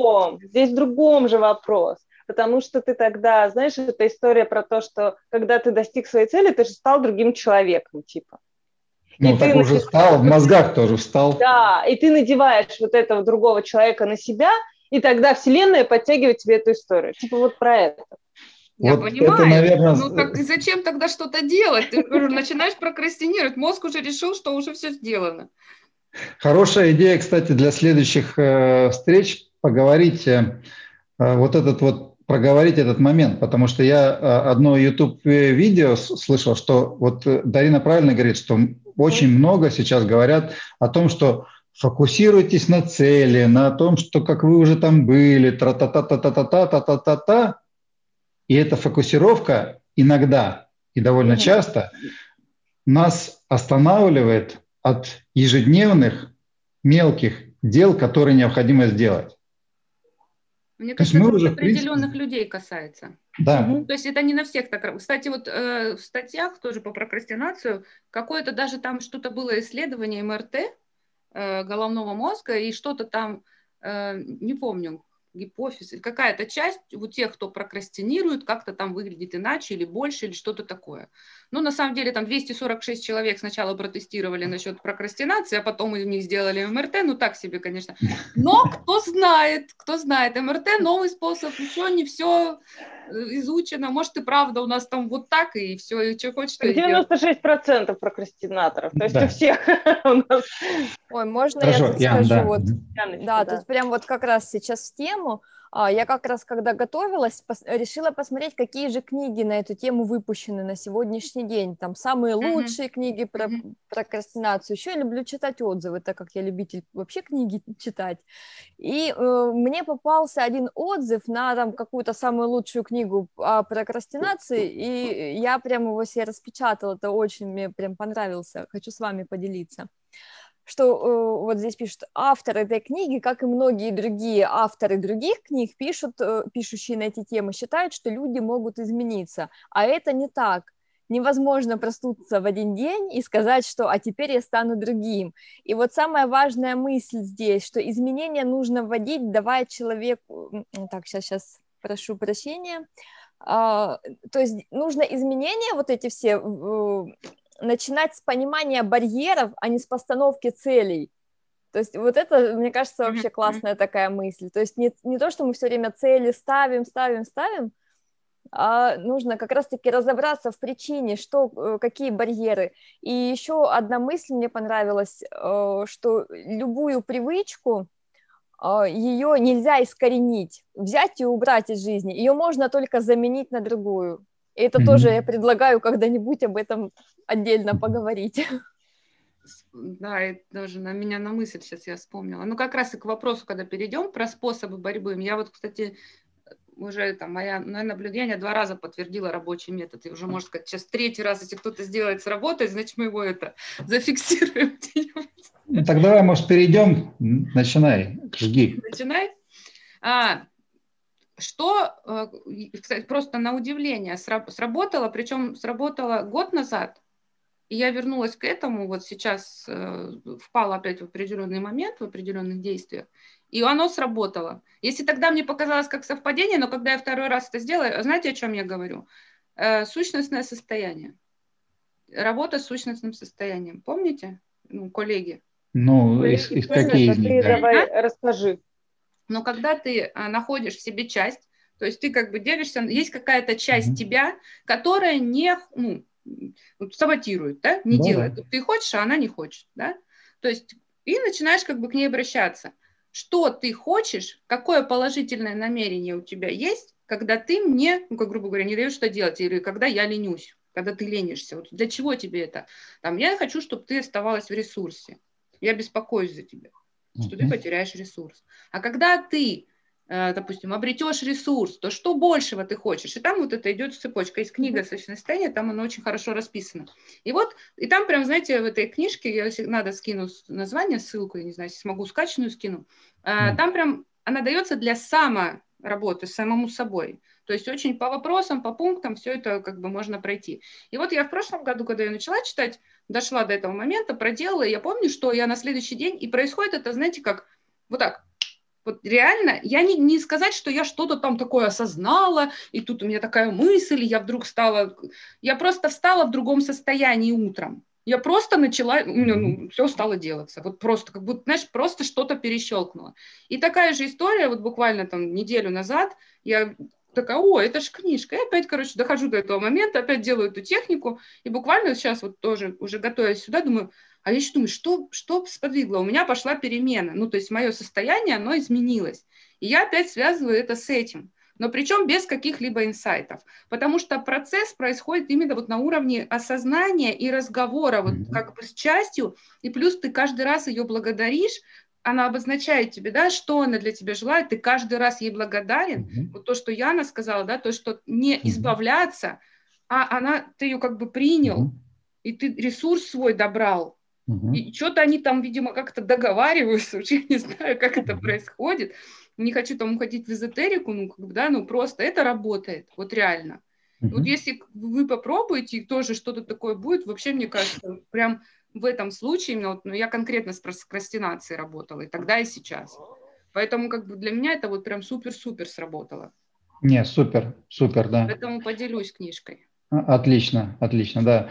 другом же вопрос. Потому что ты тогда, знаешь, это история про то, что когда ты достиг своей цели, ты же стал другим человеком, типа. Ну, и так ты уже стал, в мозгах тоже встал. Да, и ты надеваешь вот этого другого человека на себя, и тогда Вселенная подтягивает тебе эту историю. Типа вот про это. Я вот понимаю. Это, наверное... Ну так зачем тогда что-то делать? Ты уже начинаешь прокрастинировать. Мозг уже решил, что уже все сделано. Хорошая идея, кстати, для следующих встреч поговорить, проговорить этот момент, потому что я одно YouTube-видео слышал, что вот Дарина правильно говорит, что очень много сейчас говорят о том, что фокусируйтесь на цели, на том, что как вы уже там были, тра-та-та-та-та-та-та-та-та-та, и эта фокусировка иногда и довольно часто нас останавливает от ежедневных мелких дел, которые необходимо сделать. Мне кажется, это уже определенных людей касается. Да. То есть это не на всех так. Кстати, вот в статьях тоже по прокрастинацию какое-то даже там что-то было исследование МРТ головного мозга, и что-то там, не помню, гипофиз, какая-то часть у тех, кто прокрастинирует, как-то там выглядит иначе или больше, или что-то такое. Ну, на самом деле, там 246 человек сначала протестировали насчет прокрастинации, а потом из них сделали МРТ, ну, так себе, конечно. Но кто знает, МРТ новый способ, еще не все изучено, может, и правда у нас там вот так, и все, и что хочешь, то и делай. 96% прокрастинаторов, то есть у всех у нас. Ой, можно я тут скажу? Вот, да, тут прям вот как раз сейчас в тему. Я как раз, когда готовилась, решила посмотреть, какие же книги на эту тему выпущены на сегодняшний день. Там самые лучшие книги про прокрастинацию. Еще я люблю читать отзывы, так как я любитель вообще книги читать. И мне попался один отзыв на там какую-то самую лучшую книгу о прокрастинации, и я прям его себе распечатала. Это очень мне прям понравился. Хочу с вами поделиться. Что вот здесь пишут, автор этой книги, как и многие другие авторы других книг, пишущие на эти темы, считают, что люди могут измениться, а это не так. Невозможно проснуться в один день и сказать, что «а теперь я стану другим». И вот самая важная мысль здесь, что изменения нужно вводить, давая человеку... Так, сейчас прошу прощения. То есть нужно изменения вот эти все... начинать с понимания барьеров, а не с постановки целей. То есть вот это, мне кажется, вообще классная такая мысль. То есть не то, что мы все время цели ставим, а нужно как раз-таки разобраться в причине, какие барьеры. И еще одна мысль мне понравилась, что любую привычку, ее нельзя искоренить, взять и убрать из жизни. Ее можно только заменить на другую. И это тоже я предлагаю когда-нибудь об этом отдельно поговорить. Да, это даже на меня на мысль сейчас я вспомнила. Ну, как раз и к вопросу, когда перейдем про способы борьбы. Я вот, кстати, уже там мое наблюдение 2 раза подтвердило рабочий метод. И уже, можно сказать, сейчас 3-й раз, если кто-то сделает, сработает, значит, мы его зафиксируем где-нибудь. Так давай, может, перейдем. Начинай, жги. Начинай. Что, кстати, просто на удивление сработало, причем сработало год назад, и я вернулась к этому, вот сейчас впала опять в определенный момент, в определенных действиях, и оно сработало. Если тогда мне показалось как совпадение, но когда я 2-й раз это сделала, знаете, о чем я говорю? Сущностное состояние. Работа с сущностным состоянием. Помните, коллеги? Ну, какие из них? Ты давай расскажи. Но когда ты находишь в себе часть, то есть ты как бы делишься, есть какая-то часть тебя, которая не саботирует, да, не делает. Да. Ты хочешь, а она не хочет, да. То есть и начинаешь как бы к ней обращаться. Что ты хочешь, какое положительное намерение у тебя есть, когда ты мне, как грубо говоря, не даешь что делать, или когда я ленюсь, когда ты ленишься. Вот для чего тебе это? Там, я хочу, чтобы ты оставалась в ресурсе. Я беспокоюсь за тебя, что ты потеряешь ресурс. А когда ты, допустим, обретешь ресурс, то что большего ты хочешь? И там вот это идет цепочка. Есть книга «Сущностное состояние», там оно очень хорошо расписано. И вот, и там прям, знаете, в этой книжке, я надо скину название, ссылку, я не знаю, если смогу, скачанную скину, там прям она дается для самоработы, самому собой. То есть очень по вопросам, по пунктам все это как бы можно пройти. И вот я в прошлом году, когда я начала читать, дошла до этого момента, проделала, и я помню, что я на следующий день, и происходит это, знаете, как вот так. Вот реально, я не сказать, что я что-то там такое осознала, и тут у меня такая мысль, я вдруг я просто встала в другом состоянии утром. Я просто начала, все стало делаться. Вот просто, как будто, знаешь, просто что-то перещелкнуло. И такая же история, вот буквально там неделю назад, я такая, это же книжка. И опять, дохожу до этого момента, опять делаю эту технику, и буквально сейчас вот тоже, уже готовясь сюда, думаю, а я еще думаю, что сподвигло? У меня пошла перемена. Ну, то есть мое состояние, оно изменилось. И я опять связываю это с этим. Но причем без каких-либо инсайтов. Потому что процесс происходит именно вот на уровне осознания и разговора, вот как бы с частью. И плюс ты каждый раз ее благодаришь, она обозначает тебе, да, что она для тебя желает, ты каждый раз ей благодарен. Вот то, что Яна сказала, да, то, что не избавляться, а ты ее как бы принял, и ты ресурс свой добрал. И что-то они там, видимо, как-то договариваются, я не знаю, как это происходит. Не хочу там уходить в эзотерику, просто это работает, вот реально. Вот если вы попробуете, и тоже что-то такое будет, вообще, мне кажется, прям в этом случае, я конкретно с прокрастинацией работала, и тогда, и сейчас. Поэтому как бы для меня это вот прям супер-супер сработало. Не, супер, да. Поэтому поделюсь книжкой. Отлично, да.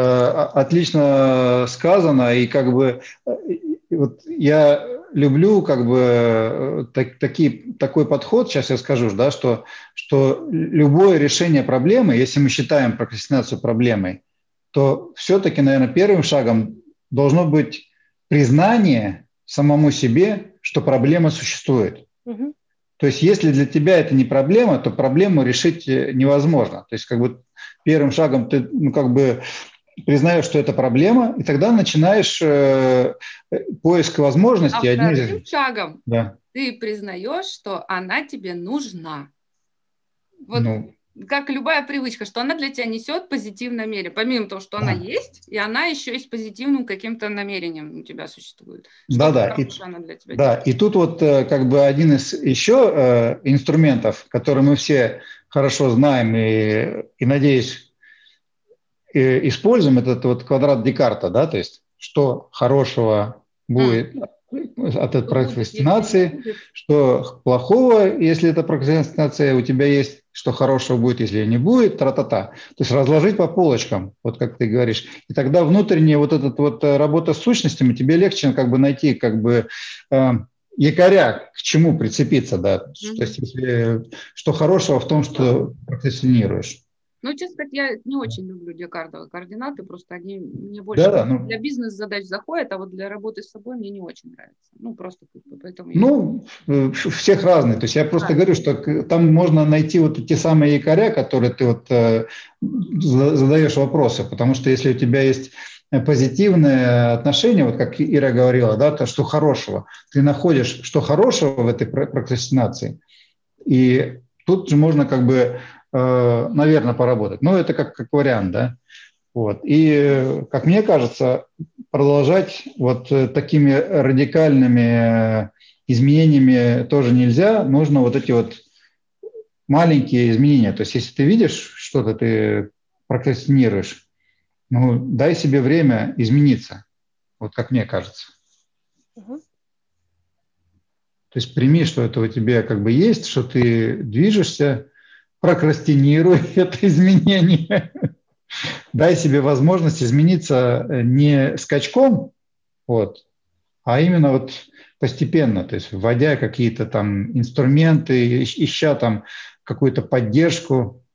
Отлично сказано, и как бы вот я люблю как бы такой подход, сейчас я скажу, да, что любое решение проблемы, если мы считаем прокрастинацию проблемой, то все-таки, наверное, первым шагом должно быть признание самому себе, что проблема существует. То есть если для тебя это не проблема, то проблему решить невозможно. То есть как бы первым шагом ты признаешь, что это проблема, и тогда начинаешь поиск возможностей. А вторым шагом ты признаешь, что она тебе нужна. Вот как любая привычка, что она для тебя несет позитивное намерение. Помимо того, что она есть, и она еще и с позитивным каким-то намерением у тебя существует. Она для тебя делает. И тут вот как бы один из еще инструментов, который мы все хорошо знаем и надеюсь, используем, этот вот квадрат Декарта, да, то есть что хорошего будет от этой прокрастинации, что плохого, если эта прокрастинация у тебя есть, что хорошего будет, если ее не будет, тра-та-та. То есть разложить по полочкам, вот как ты говоришь. И тогда внутренняя вот эта вот работа с сущностями, тебе легче как бы найти как бы якоря, к чему прицепиться, да. То есть что хорошего в том, что прокрастинируешь. Честно сказать, я не очень люблю декартовые координаты, просто они мне больше для бизнес-задач заходят, а вот для работы с собой мне не очень нравится. Просто поэтому... всех разные. То есть я просто говорю, что там можно найти вот те самые якоря, которые ты вот задаешь вопросы, потому что если у тебя есть позитивное отношение, вот как Ира говорила, да, то что хорошего, ты находишь, что хорошего в этой прокрастинации, и тут же можно как бы, наверное, поработать. Но это как вариант, да. Вот. И, как мне кажется, продолжать вот такими радикальными изменениями тоже нельзя. Нужно вот эти вот маленькие изменения. То есть если ты видишь что-то, ты прокрастинируешь, ну, дай себе время измениться, вот как мне кажется. Угу. То есть прими, что это у тебя как бы есть, что ты движешься, прокрастинируй это изменение. Дай себе возможность измениться не скачком, вот, а именно вот постепенно, то есть вводя какие-то там инструменты, ища там какую-то поддержку.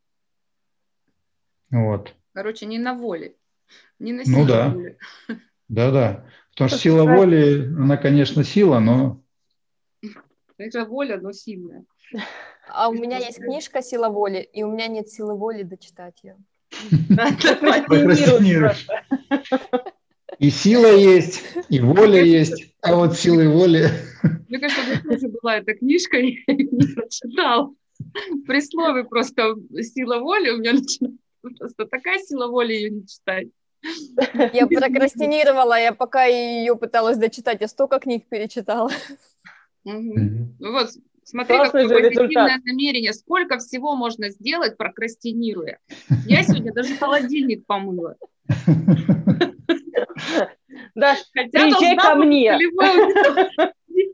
Вот. Короче, не на воле, не на Ну силе да, воли. да. Потому что сила воли, она, конечно, сила, но... Это воля, но сильная. А у меня есть книжка «Сила воли», и у меня нет силы воли дочитать ее. Прокрастинируешь. И сила есть, и воля есть, а вот силы воли... Мне кажется, у меня тоже была эта книжка, я ее не прочитала. При слове просто «сила воли» у меня начинается просто такая сила воли ее не читать. Я прокрастинировала, я пока ее пыталась дочитать, я столько книг перечитала. Ну вот, смотри, Классный какое же позитивное результат. намерение. Сколько всего можно сделать, прокрастинируя. Я сегодня даже холодильник помыла. Даш, Хотя приезжай должна ко была мне. целевое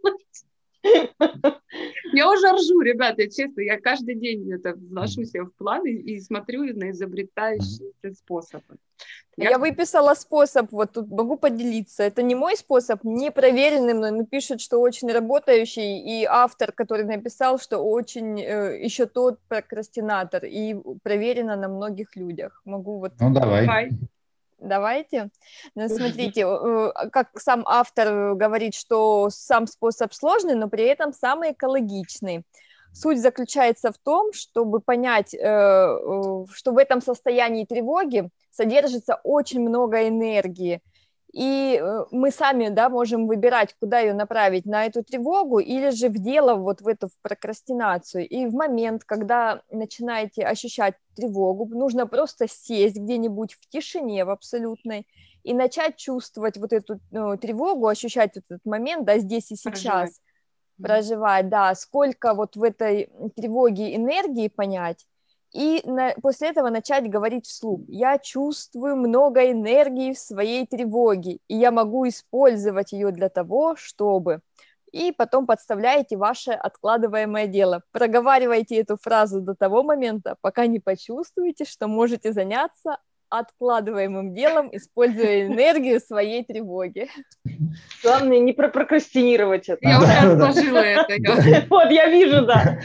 Я уже ржу, ребята, честно, я каждый день это вношу себе в план и смотрю на изобретающие способы. Я выписала способ, вот тут могу поделиться. Это не мой способ, не проверенный мной, но пишут, что очень работающий, и автор, который написал, что очень еще тот прокрастинатор, и проверено на многих людях. Могу вот... Ну, давай. Давайте. Ну, смотрите, как сам автор говорит, что сам способ сложный, но при этом самый экологичный. Суть заключается в том, чтобы понять, что в этом состоянии тревоги содержится очень много энергии. И мы сами, да, можем выбирать, куда ее направить, на эту тревогу или же в дело, вот в эту прокрастинацию. И в момент, когда начинаете ощущать тревогу, нужно просто сесть где-нибудь в тишине, в абсолютной, и начать чувствовать вот эту тревогу, ощущать этот момент, да, здесь и сейчас, проживать, да, сколько вот в этой тревоге энергии понять, и после этого начать говорить вслух. Я чувствую много энергии в своей тревоге, и я могу использовать ее для того, чтобы... И потом подставляете ваше откладываемое дело. Проговаривайте эту фразу до того момента, пока не почувствуете, что можете заняться откладываемым делом, используя энергию своей тревоги. Главное, не прокрастинировать это. Я уже отложила это. Вот, я вижу, да.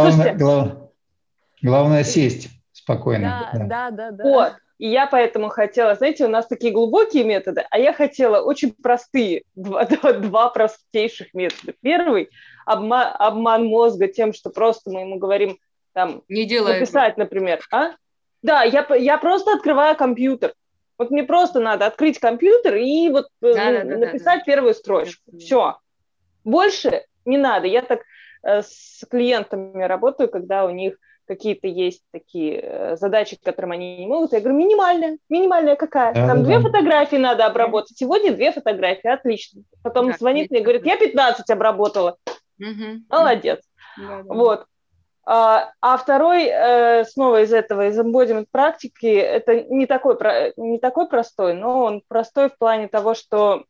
Главное сесть спокойно. Да. Вот. И я поэтому хотела, знаете, у нас такие глубокие методы, а я хотела очень простые, два простейших метода. Первый – обман мозга тем, что просто мы ему говорим, там, не делай написать, это. Например. А? Да, я просто открываю компьютер. Вот мне просто надо открыть компьютер и вот написать первую строчку. Все. Больше не надо. Я так с клиентами работаю, когда у них какие-то есть такие задачи, к которым они не могут. Я говорю, минимальная какая? Там 2 фотографии надо обработать. Сегодня 2 фотографии, отлично. Потом звонит мне и говорит, я 15 обработала. Молодец. Вот. А второй, снова из embodiment практики, это не такой простой, но он простой в плане того, что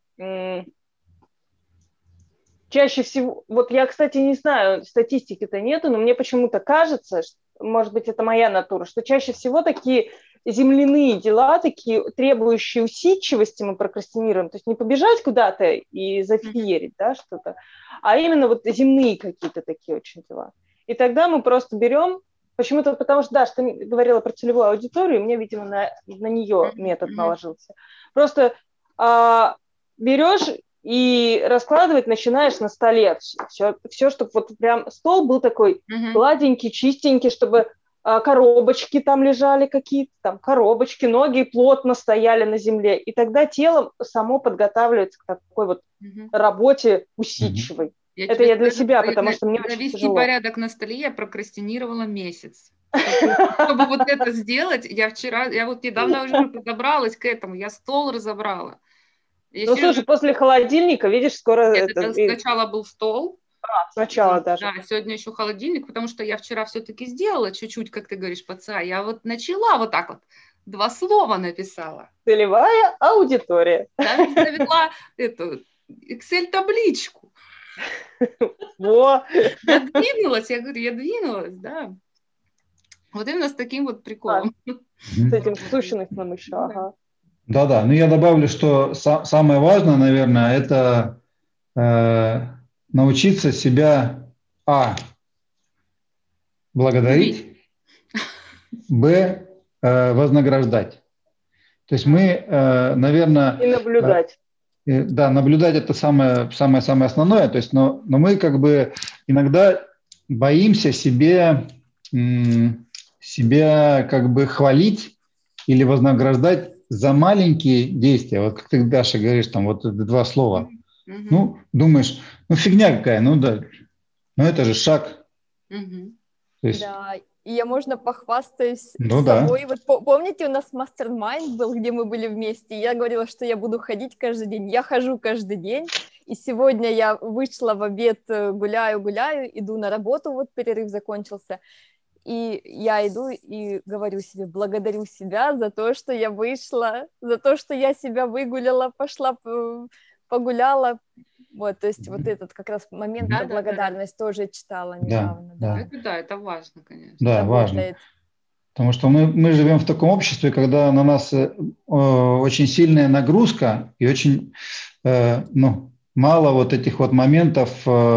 чаще всего, вот я, кстати, не знаю, статистики-то нету, но мне почему-то кажется, что, может быть, это моя натура, что чаще всего такие земляные дела, такие требующие усидчивости мы прокрастинируем, то есть не побежать куда-то и зафеерить, да, что-то, а именно вот земные какие-то такие очень дела. И тогда мы просто берем, почему-то, потому что, да, что ты говорила про целевую аудиторию, мне, видимо, на нее метод наложился. Просто берешь и раскладывать начинаешь на столе все, чтобы вот прям стол был такой гладенький, чистенький, чтобы коробочки там лежали какие-то, там коробочки, ноги плотно стояли на земле. И тогда тело само подготавливается к такой вот работе усидчивой. Это я для себя, потому что мне очень завести тяжело. порядок на столе я прокрастинировала месяц. Чтобы вот это сделать, я вот недавно уже подобралась к этому, я стол разобрала. Ну, слушай, после холодильника, видишь, скоро... Это сначала был стол. Сначала даже. Да, сегодня еще холодильник, потому что я вчера все-таки сделала чуть-чуть, как ты говоришь, ПЦА. Я вот начала вот так вот, 2 слова написала. Целевая аудитория. Даже завела эту Excel-табличку. Во! Я двинулась, я говорю, я двинулась, да. Вот именно с таким вот приколом. С этим сущностным еще, ага. Да-да, ну я добавлю, что самое важное, наверное, это научиться себя, благодарить, б, вознаграждать. То есть мы, наверное... И наблюдать. Да, наблюдать это самое основное. То есть, но мы как бы иногда боимся себя как бы хвалить или вознаграждать за маленькие действия. Вот как ты, Даша, говоришь, там вот 2 слова. Ну, думаешь, ну фигня какая, ну да, ну это же шаг. То есть... Да, и я, можно похвастаюсь собой. Да. Вот помните, у нас мастер-майнд был, где мы были вместе, я говорила, что я буду ходить каждый день. Я хожу каждый день, и сегодня я вышла в обед, гуляю, иду на работу, вот перерыв закончился, и я иду и говорю себе, благодарю себя за то, что я вышла, за то, что я себя выгуляла, пошла погуляла. Вот, то есть вот этот как раз момент про благодарность тоже читала недавно. Да, это важно, конечно. Да, важно. Потому что мы живем в таком обществе, когда на нас очень сильная нагрузка и очень мало вот этих вот моментов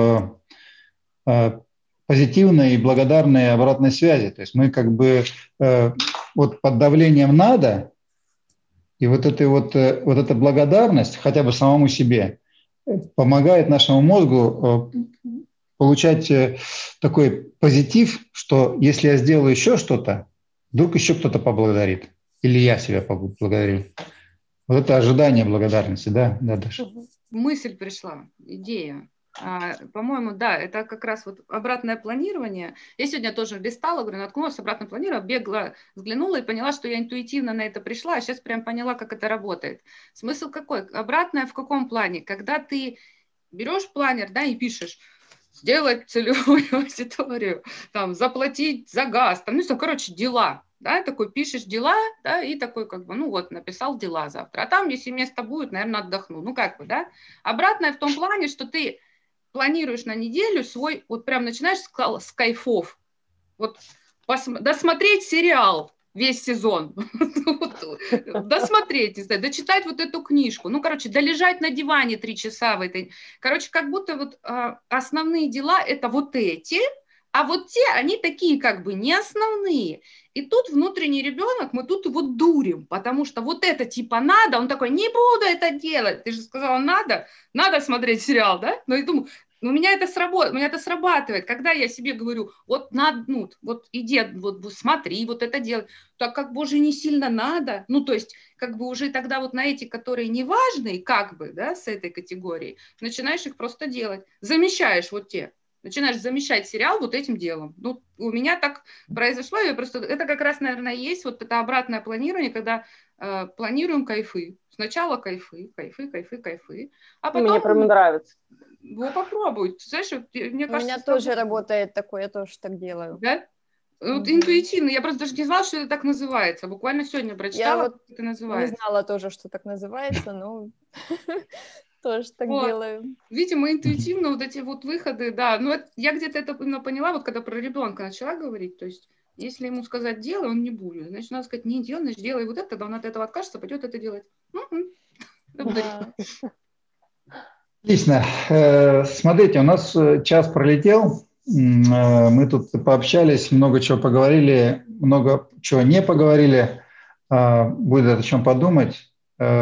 позитивной и благодарной обратной связи. То есть мы как бы вот под давлением «надо», и вот эта благодарность хотя бы самому себе помогает нашему мозгу получать такой позитив, что если я сделаю еще что-то, вдруг еще кто-то поблагодарит. Или я себя поблагодарю. Вот это ожидание благодарности, да, Даша? Мысль пришла, идея. По-моему, да, это как раз вот обратное планирование. Я сегодня тоже листала, говорю, наткнулась, обратное планирование, бегла, взглянула и поняла, что я интуитивно на это пришла, а сейчас прям поняла, как это работает. Смысл какой? Обратное в каком плане? Когда ты берешь планер, да, и пишешь, сделать целевую аудиторию, там, заплатить за газ, там, ну, короче, дела. Да, такой пишешь дела, да, и такой как бы, ну вот, написал дела завтра. А там, если место будет, наверное, отдохну. Ну, как бы, да. Обратное в том плане, что ты планируешь на неделю свой, вот прям начинаешь с кайфов. Вот досмотреть сериал весь сезон, досмотреть, не знаю, дочитать вот эту книжку, ну, короче, долежать на диване 3 часа в этой, короче, как будто вот основные дела это вот эти, а вот те, они такие как бы не основные. И тут внутренний ребенок, мы тут его дурим, потому что вот это типа надо, он такой, не буду это делать. Ты же сказала, надо смотреть сериал, да? Но я думаю, у меня это срабатывает, когда я себе говорю, вот надо, ну, вот иди, вот смотри, вот это делай, так как бы уже не сильно надо, ну, то есть как бы уже тогда вот на эти, которые не важные, как бы, да, с этой категории, начинаешь их просто делать, замещаешь вот те. Начинаешь замещать сериал вот этим делом. Ну, у меня так произошло, это как раз, наверное, есть вот это обратное планирование, когда планируем кайфы. Сначала кайфы, а потом... Мне прям нравится. Ну, попробуй. Знаешь, мне кажется... У меня тоже работает такое, я тоже так делаю. Да? Вот интуитивно. Я просто даже не знала, что это так называется. Буквально сегодня прочитала, как это называется. Не знала тоже, что так называется, но... Тоже так делаю. Видимо, интуитивно вот эти вот выходы, да. Но я где-то это именно поняла, вот когда про ребенка начала говорить, то есть если ему сказать делай, он не будет. Значит, надо сказать не делай, значит, делай вот это, тогда он от этого откажется, пойдет это делать. Отлично. Смотрите, у нас час пролетел. Мы тут пообщались, много чего поговорили, много чего не поговорили. Будет о чем подумать.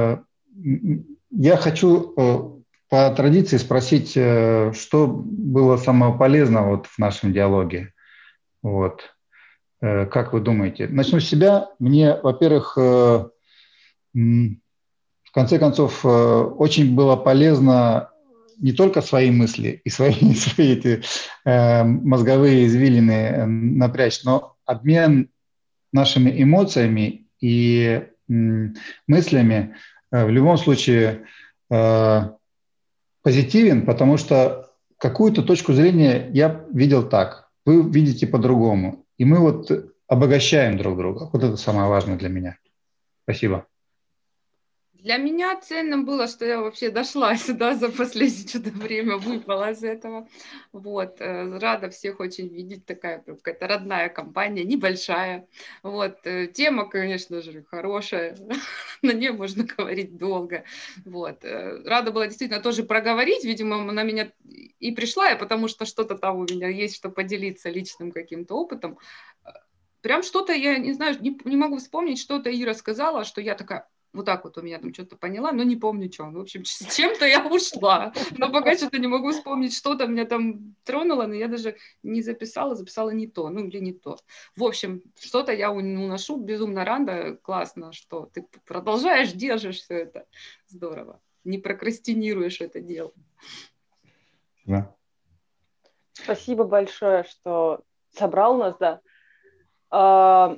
Я хочу по традиции спросить, что было самого полезного вот в нашем диалоге. Вот. Как вы думаете? Начну с себя. Мне, во-первых, в конце концов, очень было полезно не только свои мысли и свои эти, мозговые извилины напрячь, но обмен нашими эмоциями и мыслями в любом случае позитивен, потому что какую-то точку зрения я видел так, вы видите по-другому. И мы вот обогащаем друг друга. Вот это самое важное для меня. Спасибо. Для меня ценным было, что я вообще дошла сюда за последнее что-то время, выпала из этого. Вот. Рада всех очень видеть, такая какая-то родная компания, небольшая. Вот. Тема, конечно же, хорошая, на ней можно говорить долго. Вот. Рада была действительно тоже проговорить, видимо, она меня и пришла, потому что что-то там у меня есть, что поделиться личным каким-то опытом. Прям что-то, я не знаю, не могу вспомнить, что-то Ира сказала, что я такая... Вот так вот у меня там что-то поняла, но не помню, что. В общем, с чем-то я ушла. Но пока что-то не могу вспомнить, что-то меня там тронуло, но я даже не записала не то, ну или не то. В общем, что-то я уношу, безумно рада, классно, что ты продолжаешь, держишь все это. Здорово. Не прокрастинируешь это дело. Да. Спасибо большое, что собрал нас, да.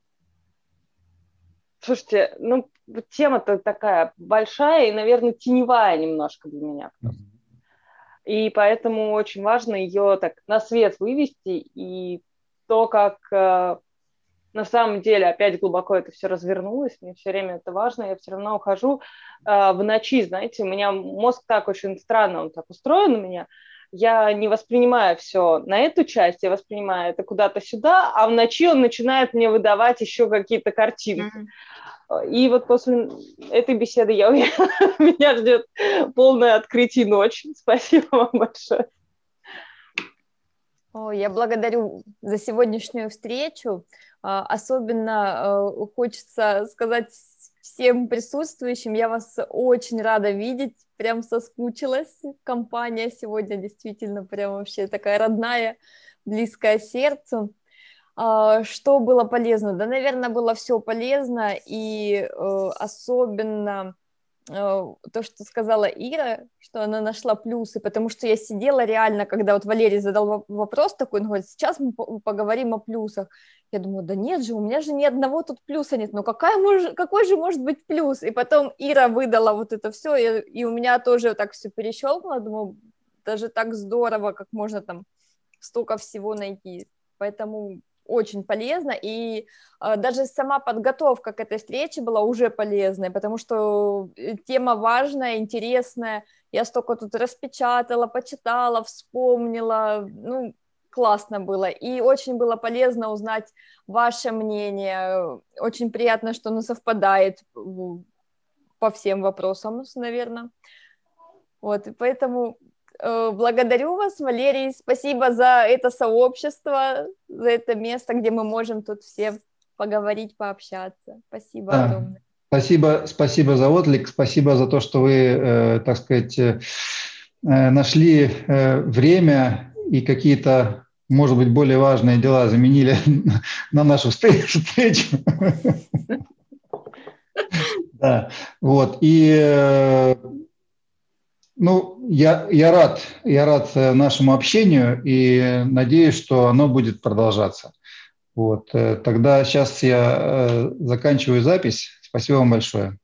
Слушайте, ну, тема-то такая большая и, наверное, теневая немножко для меня. И поэтому очень важно ее так на свет вывести. И то, как на самом деле опять глубоко это все развернулось, мне все время это важно, я все равно ухожу в ночи, знаете, у меня мозг так очень странно, он так устроен у меня, я не воспринимаю все на эту часть, я воспринимаю это куда-то сюда, а в ночи он начинает мне выдавать еще какие-то картинки. И вот после этой беседы, я уверена, меня ждет полное открытие ночи. Спасибо вам большое. Я благодарю за сегодняшнюю встречу. Особенно хочется сказать всем присутствующим, я вас очень рада видеть, прям соскучилась. Компания сегодня действительно прям вообще такая родная, близкая сердцу. Что было полезно? Да, наверное, было все полезно, и особенно то, что сказала Ира, что она нашла плюсы, потому что я сидела реально, когда вот Валерий задал вопрос такой, он говорит, сейчас мы поговорим о плюсах. Я думаю, да нет же, у меня же ни одного тут плюса нет, но какой же может быть плюс? И потом Ира выдала вот это все, и у меня тоже так все перещелкнуло, думаю, даже так здорово, как можно там столько всего найти. Поэтому очень полезно, и даже сама подготовка к этой встрече была уже полезной, потому что тема важная, интересная, я столько тут распечатала, почитала, вспомнила, ну, классно было, и очень было полезно узнать ваше мнение, очень приятно, что оно совпадает по всем вопросам, наверное, вот, и поэтому... Благодарю вас, Валерий, спасибо за это сообщество, за это место, где мы можем тут все поговорить, пообщаться. Спасибо огромное. Спасибо за отклик, спасибо за то, что вы, так сказать, нашли время и какие-то, может быть, более важные дела заменили на нашу встречу. Да, вот, и... Ну, я рад нашему общению и надеюсь, что оно будет продолжаться. Вот, тогда сейчас я заканчиваю запись. Спасибо вам большое.